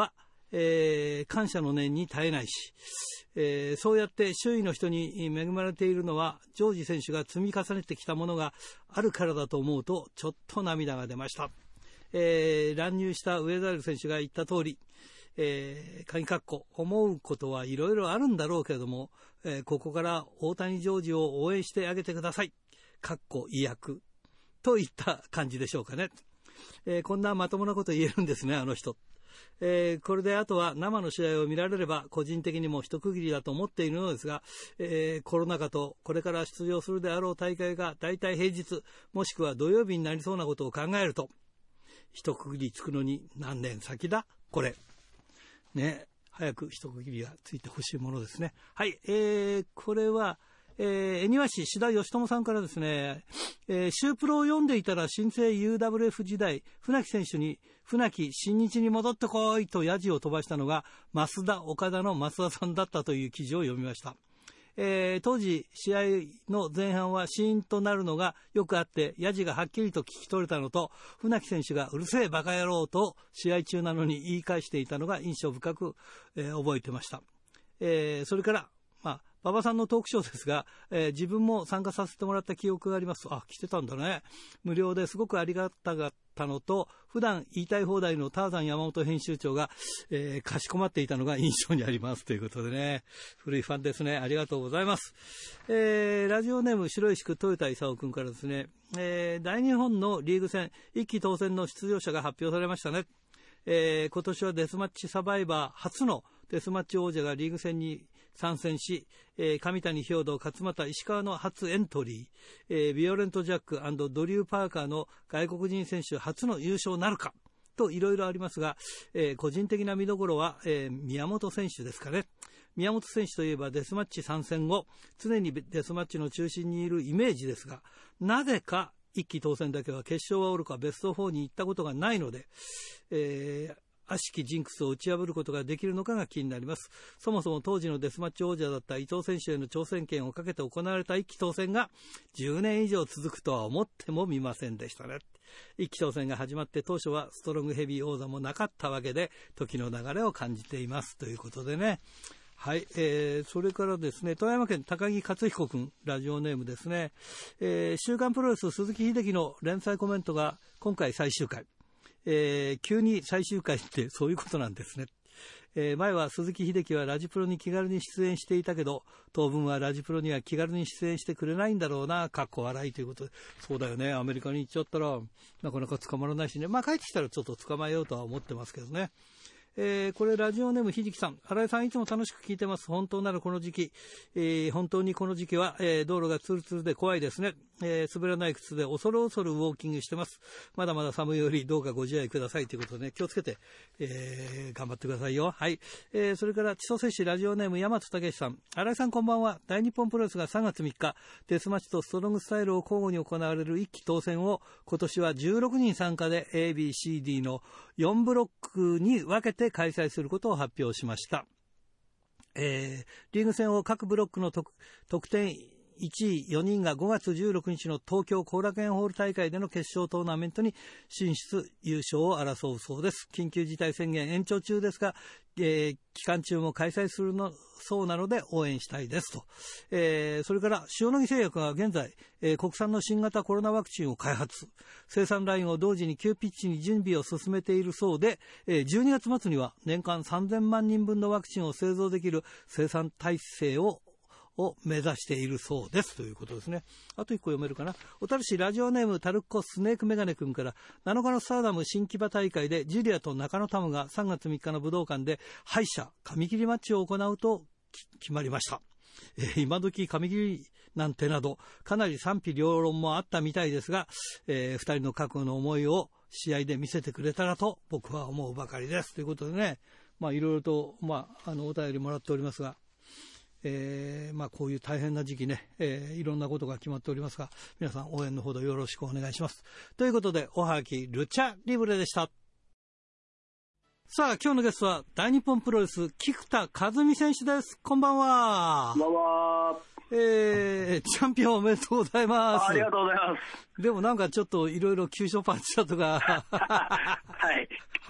えー、感謝の念に絶えないし、えー、そうやって周囲の人に恵まれているのはジョージ選手が積み重ねてきたものがあるからだと思うとちょっと涙が出ました。えー、乱入した上田選手が言った通り、えー、鍵括弧思うことはいろいろあるんだろうけれども、えー、ここから大谷ジョージを応援してあげてください。括弧意訳といった感じでしょうかね。えー、こんなまともなこと言えるんですね、あの人。えー、これであとは生の試合を見られれば個人的にも一区切りだと思っているのですが、えー、コロナ禍とこれから出場するであろう大会がだいたい平日もしくは土曜日になりそうなことを考えると、一区切りつくのに何年先だこれね。早く一区切りがついてほしいものですね。はい、えー、これはえー、恵庭市志田義友さんからですね、えー、シュープロを読んでいたら新生 ユーダブリューエフ 時代船木選手に船木新日に戻ってこいとヤジを飛ばしたのが増田岡田の増田さんだったという記事を読みました。えー、当時試合の前半はシーンとなるのがよくあってヤジがはっきりと聞き取れたのと、船木選手がうるせえバカ野郎と試合中なのに言い返していたのが印象深く、えー、覚えてました。えー、それからまあ馬場さんのトークショーですが、えー、自分も参加させてもらった記憶があります。あ、来てたんだね。無料ですごくありがたかったのと、普段言いたい放題のターザン山本編集長が、えー、かしこまっていたのが印象にありますということでね、古いファンですね。ありがとうございます。えー、ラジオネーム白石区豊田勲君からですね、えー、大日本のリーグ戦一期当選の出場者が発表されましたね。えー、今年はデスマッチサバイバー初のデスマッチ王者がリーグ戦に参戦し、えー、上谷兵頭勝俣石川の初エントリー、えー、ビオレントジャック&ドリュー・パーカーの外国人選手初の優勝なるかといろいろありますが、えー、個人的な見どころは、えー、宮本選手ですかね。宮本選手といえばデスマッチ参戦後常にデスマッチの中心にいるイメージですが、なぜか一期当選だけは決勝はおろかベストフォーに行ったことがないので、えー悪しきジンクスを打ち破ることができるのかが気になります。そもそも当時のデスマッチ王者だった伊藤選手への挑戦権をかけて行われた一期当選がじゅうねん以上続くとは思ってもみませんでしたね。一期当選が始まって当初はストロングヘビー王座もなかったわけで時の流れを感じていますということでね。はい、えー、それからですね、富山県高木克彦君、ラジオネームですね、えー、週刊プロレス鈴木秀樹の連載コメントが今回最終回。えー、急に最終回ってそういうことなんですね。えー、前は鈴木秀樹はラジプロに気軽に出演していたけど当分はラジプロには気軽に出演してくれないんだろうな、かっこ笑いということで。そうだよね、アメリカに行っちゃったらなかなか捕まらないしね。まあ帰ってきたらちょっと捕まえようとは思ってますけどね。えー、これラジオネームひじきさん、新井さんいつも楽しく聞いてます。本当ならこの時期、えー、本当にこの時期は、えー、道路がツルツルで怖いですね。えー、滑らない靴で恐る恐るウォーキングしてます。まだまだ寒いよりどうかご自愛くださいということでね、気をつけて、えー、頑張ってくださいよ。はい、えー、それから千歳市ラジオネーム大和武さん、新井さんこんばんは。大日本プロレスがさんがつみっかデスマッチとストロングスタイルを交互に行われる一期当選を今年はじゅうろくにん参加で エービーシーディー のよんブロックに分けて開催することを発表しました。えー、リーグ戦を各ブロックの得点いちいよにんがごがつじゅうろくにちの東京後楽園ホール大会での決勝トーナメントに進出優勝を争うそうです。緊急事態宣言延長中ですが、えー、期間中も開催するのそうなので応援したいですと。えー、それから塩野義製薬が現在、えー、国産の新型コロナワクチンを開発、生産ラインを同時に急ピッチに準備を進めているそうで、えー、じゅうにがつ末には年間さんぜんまんにんぶんのワクチンを製造できる生産体制をを目指しているそうですということですね。あといっこ読めるかな。小樽市ラジオネームタルッコスネークメガネ君から、なのかのスターダム新木場大会でジュリアと中野タムがさんがつみっかの武道館で敗者紙切りマッチを行うと決まりました。えー、今時紙切りなんてなどかなり賛否両論もあったみたいですが、えー、ふたりの覚悟の思いを試合で見せてくれたらと僕は思うばかりですということでね、まあいろいろと、まあ、あのお便りもらっておりますが、えーまあ、こういう大変な時期ね、えー、いろんなことが決まっておりますが、皆さん応援のほどよろしくお願いします。ということで、おはがきルチャリブレでした。さあ、今日のゲストは大日本プロレス菊田和美選手です。こんばんは。 こんばんは。 えー、チャンピオンおめでとうございます。 ありがとうございます。 でもなんかちょっといろいろ急所パンチだとかはい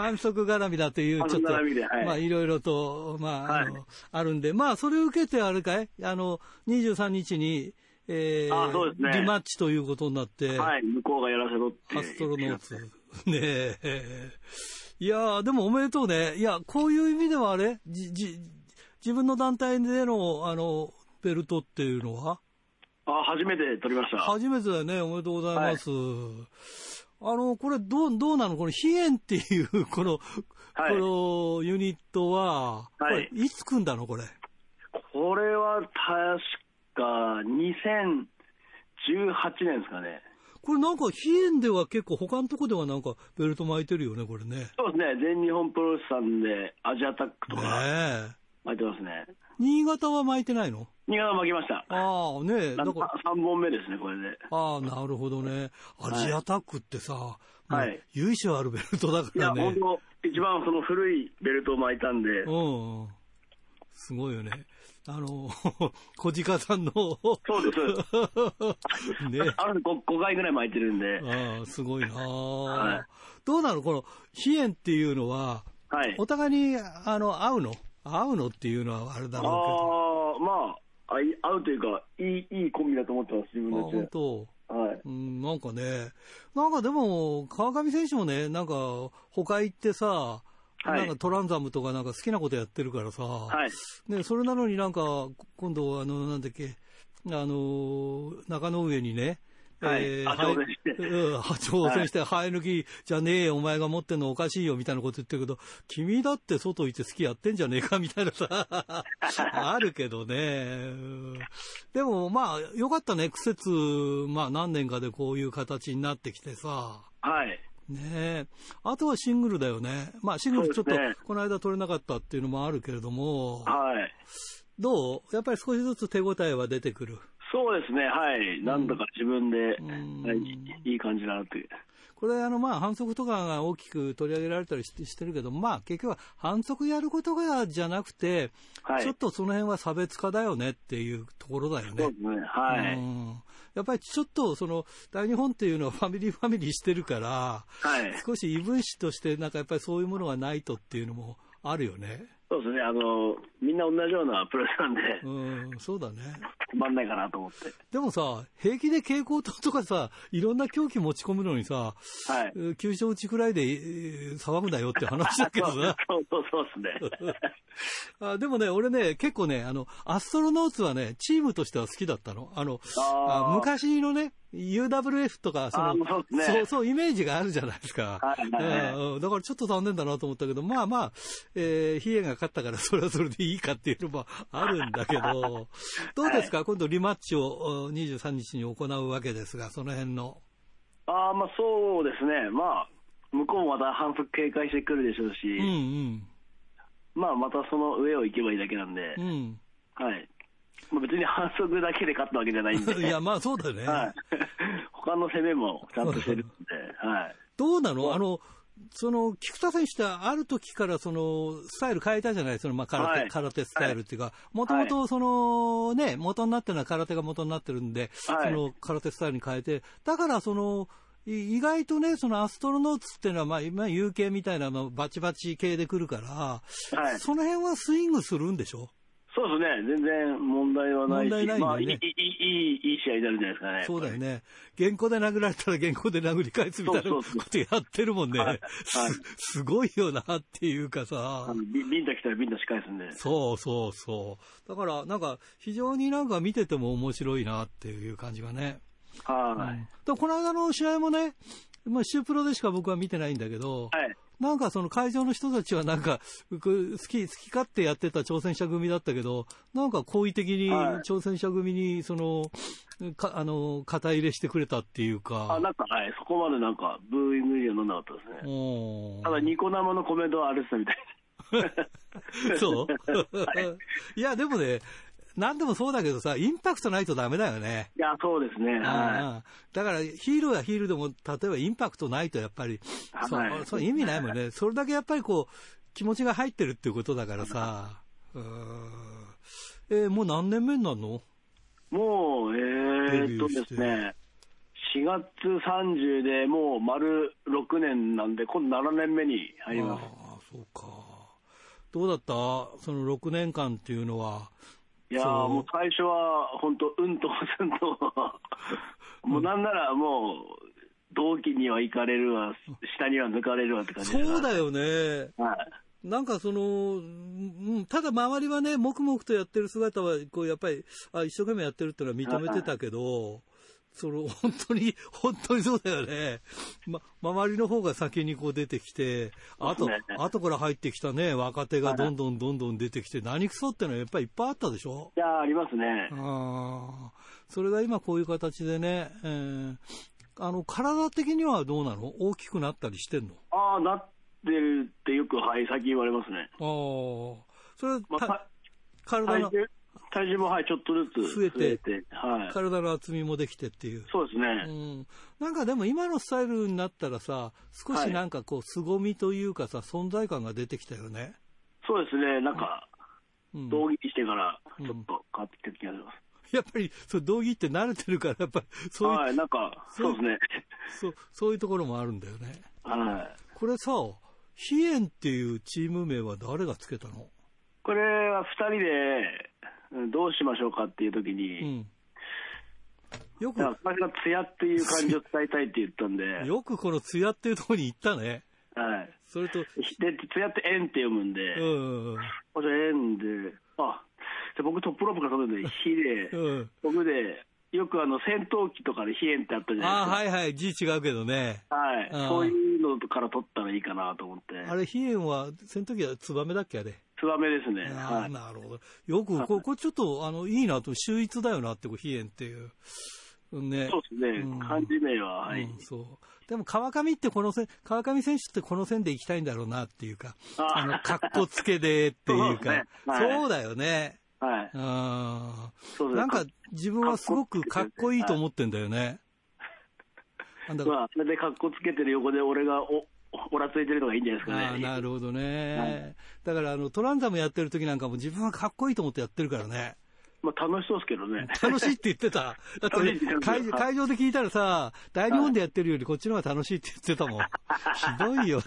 反則絡みだという、ちょっと、はい、まあ、いろいろと、まあ、はい、あの、あるんで、まあ、それを受けて、あれかいあの、にじゅうさんにちに、えー、あ、そうですね、リマッチということになって、 はい、向こうがやらせろって。 アストロノーツ。ねえ。いやー、でもおめでとうね。いや、こういう意味ではあれじ、じ、自分の団体での、あの、ベルトっていうのはあ、初めて取りました。 初めてだよね。おめでとうございます。はい、あの、これ、どう、どうなのこの、飛燕っていう、この、はい、このユニットは、これ、いつ組んだのこれ。 これは、確か、にせんじゅうはちねんですかね。 これなんか、飛燕では結構、他のとこではなんか、ベルト巻いてるよね、これね。 そうですね。全日本プロレスさんで、アジアタックとか、ね、巻いてますね。 新潟は巻いてないの？ 新潟は巻きました。 ああ、ねえ。 なんかさんぼんめですね、これで。 ああ、なるほどね。アジアタックってさ、はい、由緒あるベルトだからね。 いや、本当一番その古いベルトを巻いたんで。 うん。すごいよね。あの、小鹿さんの。 そうです。ね。あるごかいぐらい巻いてるんで。 ああ、すごいな、はい、どうなのこの、飛燕っていうのは、はい、お互いに、あの、合うの合うのっていうのはあれだろうけど。ああ、まあ、合うというか、いい、いいコンビだと思ってます、自分たち。 本当。 はい。 うん、なんかね、なんかでも、川上選手もね、なんか、他行ってさ、はい、なんかトランザムとかなんか好きなことやってるからさ、はい。ね、それなのになんか、今度、あの、なんだっけ、あの、中野上にね、 はい。えー、挑戦して。 うん、挑戦して、生え抜きじゃねえよ、お前が持ってんのおかしいよ、みたいなこと言ってるけど、君だって外行って好きやってんじゃねえか、みたいなさ、あるけどね。でも、まあ、よかったね、苦節、まあ、何年かでこういう形になってきてさ。 はい。 ねえ。あとはシングルだよね。まあ、シングルちょっと、この間取れなかったっていうのもあるけれども。 はい。 どうやっぱり少しずつ手応えは出てくる。 そうですね、はい。なんだか自分で、うんはい、いい感じだなって。 これ、あの、まあ、反則とかが大きく取り上げられたりしてしてるけど、まあ、結局は反則やることがじゃなくて、はい、ちょっとその辺は差別化だよねっていうところだよね。 そうですね、はい。 うんやっぱりちょっと、その、大日本っていうのはファミリーファミリーしてるから、はい、少し異分子として、なんかやっぱりそういうものがないとっていうのもあるよね。 そうですね、あの、みんな同じようなプロレスなんで。 うん、そうだね。 つまんないかなと思って。 でもさ、平気で蛍光灯とかさ、いろんな凶器持ち込むのにさ、はい。急所打ちくらいで、えー、騒ぐなよって話だけどさ。 そうそうそうですね。 あ。でもね、俺ね、結構ね、あの、アストロノーツはね、チームとしては好きだったの。あの、あ昔のね、ユーダブリューエフ とか、その、そう、ね、そう、そう、イメージがあるじゃないですか。はいはいはい、だからちょっと残念だなと思ったけど、まあまあ、えー、ヒエが勝ったからそれはそれでいいかっていうのもあるんだけど、どうですか、はい、今度リマッチをにじゅうさんにちに行うわけですが、その辺の。 ああ、まあそうですね。まあ、向こうもまた反則警戒してくるでしょうし、うんうん、まあまたその上を行けばいいだけなんで、うん、はい。まあ、別に反則だけで勝ったわけじゃないんで。 いや、まあそうだね。 はい。他の攻めもちゃんとしてるんで、はい。 どうなのあの、その、菊田選手ってある時からその、スタイル変えたじゃないその、まあ空手、はい、空手スタイルっていうか、もともとその、ね、元になってるのは空手が元になってるんで、はい、その空手スタイルに変えて、だからその、意外とね、そのアストロノーツっていうのは、まあ、今、有形みたいな、バチバチ系で来るから、はい、その辺はスイングするんでしょそうですね。全然問題はないし。問題ないんだよね。まあ、いい、いい、いい試合になるんじゃないですかね。 そうだよね。原稿で殴られたら原稿で殴り返すみたいなことやってるもんね。はいはい、す, すごいよなっていうかさ。 ビンタ来たらビンタ仕返すんで。 そうそうそう。だから、なんか、非常になんか見てても面白いなっていう感じがね。 はい、うん。 でこの間の試合もね、まあ、シュープロでしか僕は見てないんだけど、はい。なんかその会場の人たちはなんか、好き、好き勝手やってた挑戦者組だったけど、なんか好意的に挑戦者組に、その、か、あの、肩入れしてくれたっていうか。 あ、なんか、はい、そこまでなんか、ブーイングにはなんなかったですね。ただ、ニコ生のコメントはあれしたみたいそう、はい、いや、でもね、なんでもそうだけどさ、インパクトないとダメだよね。 いや、そうですね。はい。だから、ヒールはヒールでも、例えばインパクトないとやっぱり、はい、そう、そう意味ないもんね。それだけやっぱりこう、気持ちが入ってるっていうことだからさ。うーんえー、もう何年目になるの？ もう、えーっとですね、 しがつさんじゅうでもう丸ろくねんなんで、今度ななねんめに入ります。 ああ、そうか。どうだったそのろくねんかんっていうのは。 いやー、もう最初は本当、うんとすんと、もうなんならもう、同期には行かれるわ、下には抜かれるわって感じで。 そうだよね。 はい。 なんかその、ただ周りはね、黙々とやってる姿は、こうやっぱり、あ、一生懸命やってるっていうのは認めてたけど、はい、その、本当に、本当にそうだよね。ま、周りの方が先にこう出てきて、あと、ね、後から入ってきたね、若手がどんどんどんどん出てきて、何くそってのはやっぱりいっぱいあったでしょ？ いや、ありますね。 ああ。それが今こういう形でね、えー、あの、体的にはどうなの？大きくなったりしてんの？ ああ、なってるってよく、はい、最近言われますね。 ああ。それは、 まあ、 体の、 体重も、はい、ちょっとずつ増えて、増えてはい、 体の厚みもできてっていう。 そうですね。 うん。なんかでも今のスタイルになったらさ、少しなんかこう、凄みというかさ、存在感が出てきたよね。 そうですね。なんか、うん、道着してからちょっと変わってきた気がします。 うん、やっぱり、そう道着って慣れてるから、やっぱり、そういう。 はい、なんか、そうですね。 そう、そういうところもあるんだよね。 はい。 これさ、飛燕っていうチーム名は誰がつけたの？ これはふたりで、どうしましょうかっていうときに、うん、よく、私がツヤっていう感じを伝えたいって言ったんで、 よくこのツヤっていうところに行ったね。 はい。 それと、で、 ツヤって円って読むんで、うんうんうん。じゃあ円で、あ、で僕トップロープから飛ぶんで、火で、うん、僕で、よくあの戦闘機とかで飛燕ってあったじゃないですか。 あ、はいはい、字違うけどね。 はい。そういうのから取ったらいいかなと思って。 あれ、飛燕は、戦闘機はツバメだっけあれ。 ツバメですね。 あ、はい、なるほど。よく、ここちょっと、あの、いいなと、秀逸だよなって、飛燕っていう。ね。 そうですね。うん、漢字名は、はい、 うん。そう。でも、川上ってこの線、川上選手ってこの線で行きたいんだろうなっていうか、あ, あの、かっこつけでっていうか、そうね、はい、そうだよね。 はい。 ああ。なんか、自分はすごくかっこいいと思ってんだよね。 はい、まあ、それでかっこつけてる横で俺がお、おらついてるのがいいんじゃないですかね。 ああ、なるほどね。はい、だから、あの、トランザムやってる時なんかも自分はかっこいいと思ってやってるからね。 まあ楽しそうですけどね。 楽しいって言ってた。だって、ね、会, 会場で聞いたらさ、大日本でやってるよりこっちの方が楽しいって言ってたもん。ひどいよって。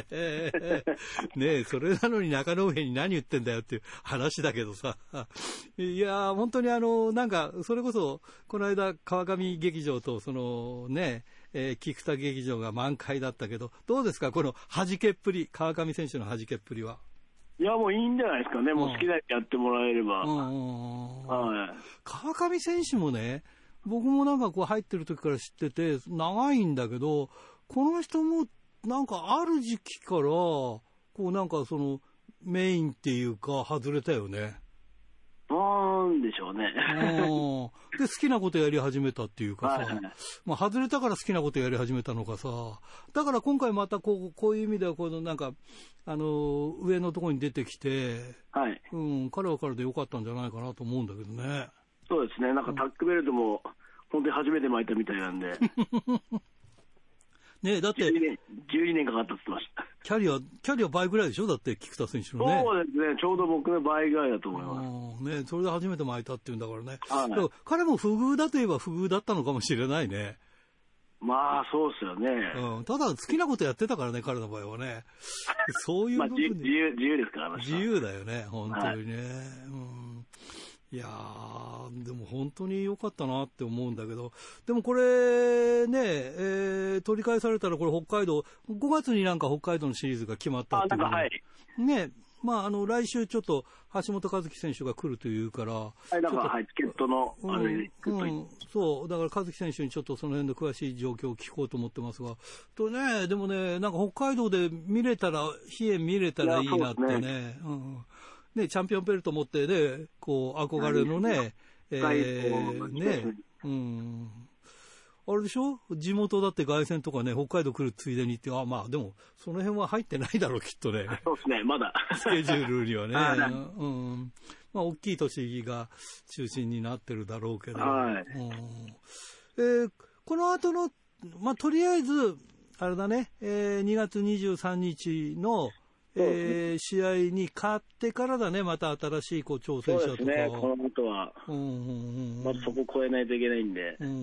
ねえ、それなのに中野上に何言ってんだよっていう話だけどさ。いやー、本当にあの、なんか、それこそ、この間、川上劇場と、そのね、えー、菊田劇場が満開だったけど、どうですかこの弾けっぷり、川上選手の弾けっぷりは。 いや、もういいんじゃないですかね。もう好きだけやってもらえれば。うんうんはい、川上選手もね、僕もなんかこう入ってる時から知ってて、長いんだけど、この人もなんかある時期から、こうなんかそのメインっていうか外れたよね。 なんでしょうね。 で、好きなことやり始めたっていうかさ、はいはい、まあ外れたから好きなことやり始めたのかさ、だから今回またこう、こういう意味ではこのなんか、あの、上のところに出てきて、 はい。 うん、彼は彼で良かったんじゃないかなと思うんだけどね。 そうですね、なんかタックベルトも、本当に初めて巻いたみたいなんで。 ねえ、だって、 じゅうにねん、じゅうにねんかかったって言ってました。 キャリア、キャリア倍ぐらいでしょだって、菊田選手のね。 そうですね、ちょうど僕の倍ぐらいだと思います。 ねそれで初めて巻いたっていうんだからね。 はい、 だから彼も不遇だといえば不遇だったのかもしれないね。 まあ、そうですよね。 うん。ただ、好きなことやってたからね、彼の場合はね。そういう部分で。 まあ、自由、自由ですからね。 自由だよね、本当にね。はい、うんいやー、でも本当に良かったなって思うんだけど、でもこれね、えー、取り返されたらこれ北海道、ごがつになんか北海道のシリーズが決まったっていう、 あ、なんかはい。 ね、まああの来週ちょっと橋本和樹選手が来るというから、はい、なんかはい、チケットの、あれ、 うんうん、そう、だから和樹選手にちょっとその辺の詳しい状況を聞こうと思ってますが、とね、でもね、なんか北海道で見れたら、飛燕見れたらいいなってね。ねうんね、チャンピオンベルト持ってね、こう、憧れのね、えー、ね、うん。あれでしょ地元だって凱旋とかね、北海道来るついでにって、あ、まあでも、その辺は入ってないだろう、きっとね。 そうですね、まだ。 スケジュールにはね。うん。まあ、大きい都市が中心になってるだろうけど。 はい。 うんえー、この後の、まあ、とりあえず、あれだね、えー、にがつにじゅうさんにちの、えー、試合に勝ってからだね、また新しいこう挑戦者とか。 そうですね、この後は、うんうんうん、まずそこを超えないといけないんで。 うん、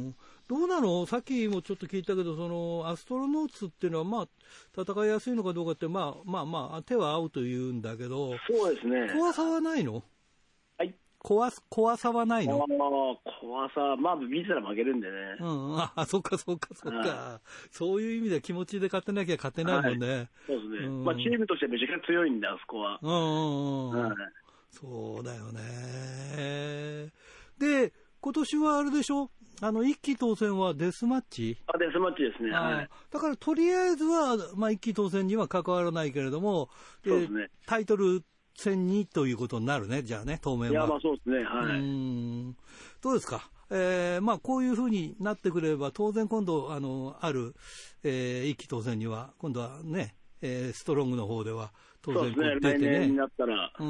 どうなの？さっきもちょっと聞いたけど、そのアストロノーツっていうのは、まあ、戦いやすいのかどうかって、まあまあまあ、手は合うというんだけど、 そうですね。 怖さはないの？ はい。 怖怖さはないの？ 怖さ、まあ、見てたら負けるんでね。 うん、あ、そっかそっかそっか、はい。そういう意味では気持ちで勝てなきゃ勝てないもんね。はい、 そうですね。うん、まあ、チームとしてめちゃくちゃ強いんで、あそこは。 うんうんうん。はい、そうだよね。で、今年はあれでしょ、あの一期当選はデスマッチ？ あ、デスマッチですね。はい、 だからとりあえずは、まあ、一期当選には関わらないけれども、 そうですね、 タイトル戦にということになるね、じゃあね、当面は。 いや、まあそうですね、はい。 うん、どうですか、えーまあ、こういうふうになってくれば、当然今度、あのある、えー、一期当選には、今度はね、えー、ストロングの方では、当然こう出てね、 来年になったら、 うん、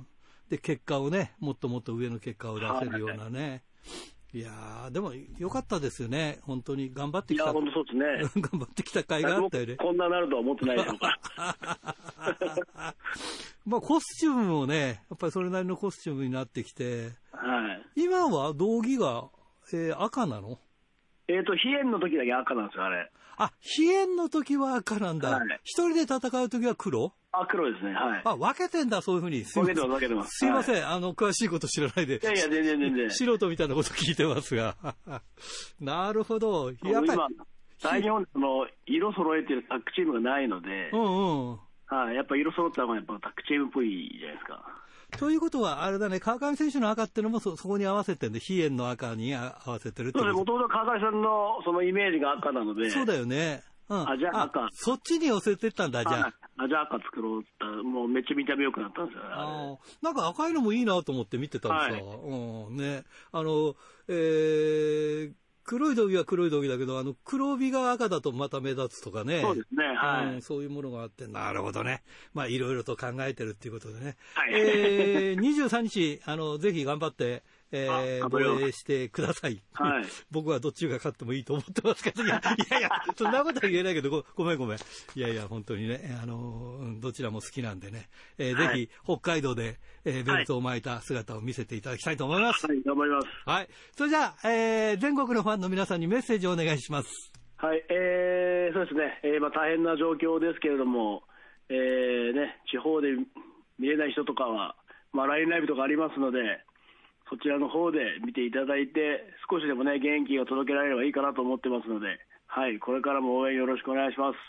で結果をね、もっともっと上の結果を出せるようなね。はい、いやー、でも良かったですよね、本当に頑張ってきた。 いや、本当そうですね。頑張ってきた甲斐があったよね。 こんななるとは思ってないでしょうから。 まあ、コスチュームもね、やっぱりそれなりのコスチュームになってきて、 はい、 今は道着が、えー、赤なの？ えっと、飛燕の時だけ赤なんですよ、あれ。 あ、飛燕の時は赤なんだ。はい、一人で戦う時は黒？ あ、黒ですね。はい。 あ、分けてんだ、そういうふうに。 分けてます、分けてます。 すいません、 はい、 あの、詳しいこと知らないで。 いやいや、全然全然。 素人みたいなこと聞いてますが。なるほど。 やっぱり。今、大日本の色揃えてるタッグチームがないので、 うんうん。 はい、やっぱ色揃ったのがやっぱタッグチームっぽいじゃないですか。 ということは、あれだね、川上選手の赤っていうのも そ, そこに合わせてるんで、飛燕の赤に合わせてるってこと。 もともと川上さんのそのイメージが赤なので。 そうだよね。うん、 あ、じゃあ赤。 そっちに寄せてったんだ、じゃあ。 あ、じゃあ赤作ろうって、もうめっちゃ見た目良くなったんですよね。あなんか赤いのもいいなと思って見てたんですよ。はい、うん、ね。あの、えー、黒い道着は黒い道着だけど、あの、黒帯が赤だとまた目立つとかね。 そうですね。はい。 うん、そういうものがあって、なるほどね。まあ、いろいろと考えてるっていうことでね。 はい。 えー、にじゅうさんにち、あの、ぜひ頑張って、えー、防衛してください。 はい。 僕はどっちが勝ってもいいと思ってますけど、いやいやいや、そんなことは言えないけど、ご、ごめんごめん。いやいや、本当にね、あの、どちらも好きなんでね、えーはい、ぜひ、北海道で、えー、ベルトを巻いた姿を見せていただきたいと思います。 はい、頑張ります。 はい。それじゃあ、えー、全国のファンの皆さんにメッセージをお願いします。 はい、えー、そうですね、えー、まあ大変な状況ですけれども、えー、ね、地方で見れない人とかは、まあ ライン ライブとかありますので、そちらの方で見ていただいて、少しでもね、元気が届けられればいいかなと思ってますので、はい、これからも応援よろしくお願いします。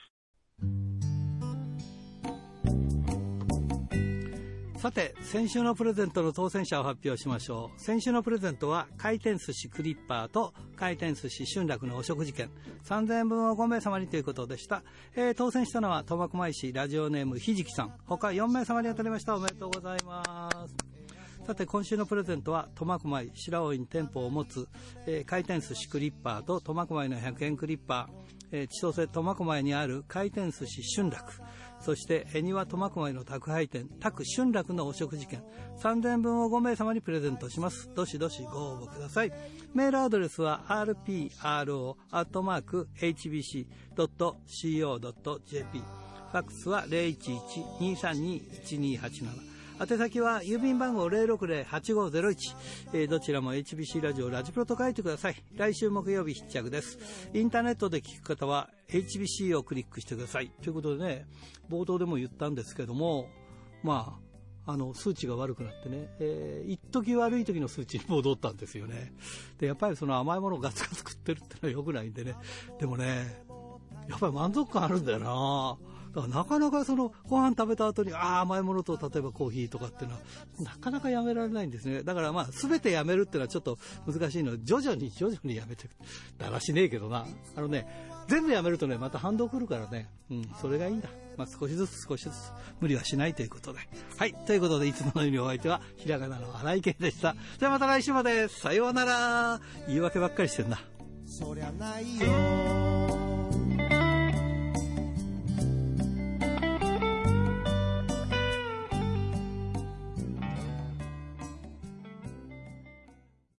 さて、先週のプレゼントの当選者を発表しましょう。先週のプレゼントは、回転寿司クリッパーと回転寿司春楽のお食事券さんぜんえんぶんをごめいさまにということでした。えー、当選したのは苫小牧市ラジオネームひじきさん、他よんめいさまに当たりました。おめでとうございます。さて、今週のプレゼントは苫小牧白老に店舗を持つ、えー、回転寿司クリッパーと苫小牧のひゃくえんクリッパー、えー、千歳苫小牧にある回転寿司春楽、そして恵庭苫小牧の宅配店宅春楽のお食事券さんぜんえんぶんをごめいさまにプレゼントします。どしどしご応募ください。メールアドレスは アールピーアールオー アットマーク エイチビーシー ドット シーオー ドット ジェーピー、 ファックスは ゼロいちいち にーさんに いちにーはちなな、宛先は郵便番号 ゼロろくゼロ はちごゼロいち、えー、どちらも エイチビーシー ラジオラジプロと書いてください。来週木曜日必着です。インターネットで聞く方は エイチビーシー をクリックしてくださいということでね、冒頭でも言ったんですけども、まああの数値が悪くなってね、えー、一時悪い時の数値に戻ったんですよね。でやっぱりその甘いものをガツガツ食ってるってのは良くないんでね、でもねやっぱり満足感あるんだよな。だからなかなかそのご飯食べた後にあ甘いものと例えばコーヒーとかっていうのはなかなかやめられないんですね。だからまあ全てやめるっていうのはちょっと難しいので、徐々に徐々にやめていく。だらしねえけどな、あのね全部やめるとねまた反動くるからね、うん、それがいいんだ。まあ少しずつ少しずつ無理はしないということで、はい、ということでいつものようにお相手はひらがなの荒井圭でした。じゃあまた来週まで、さようなら。言い訳ばっかりしてんな。 そりゃないよ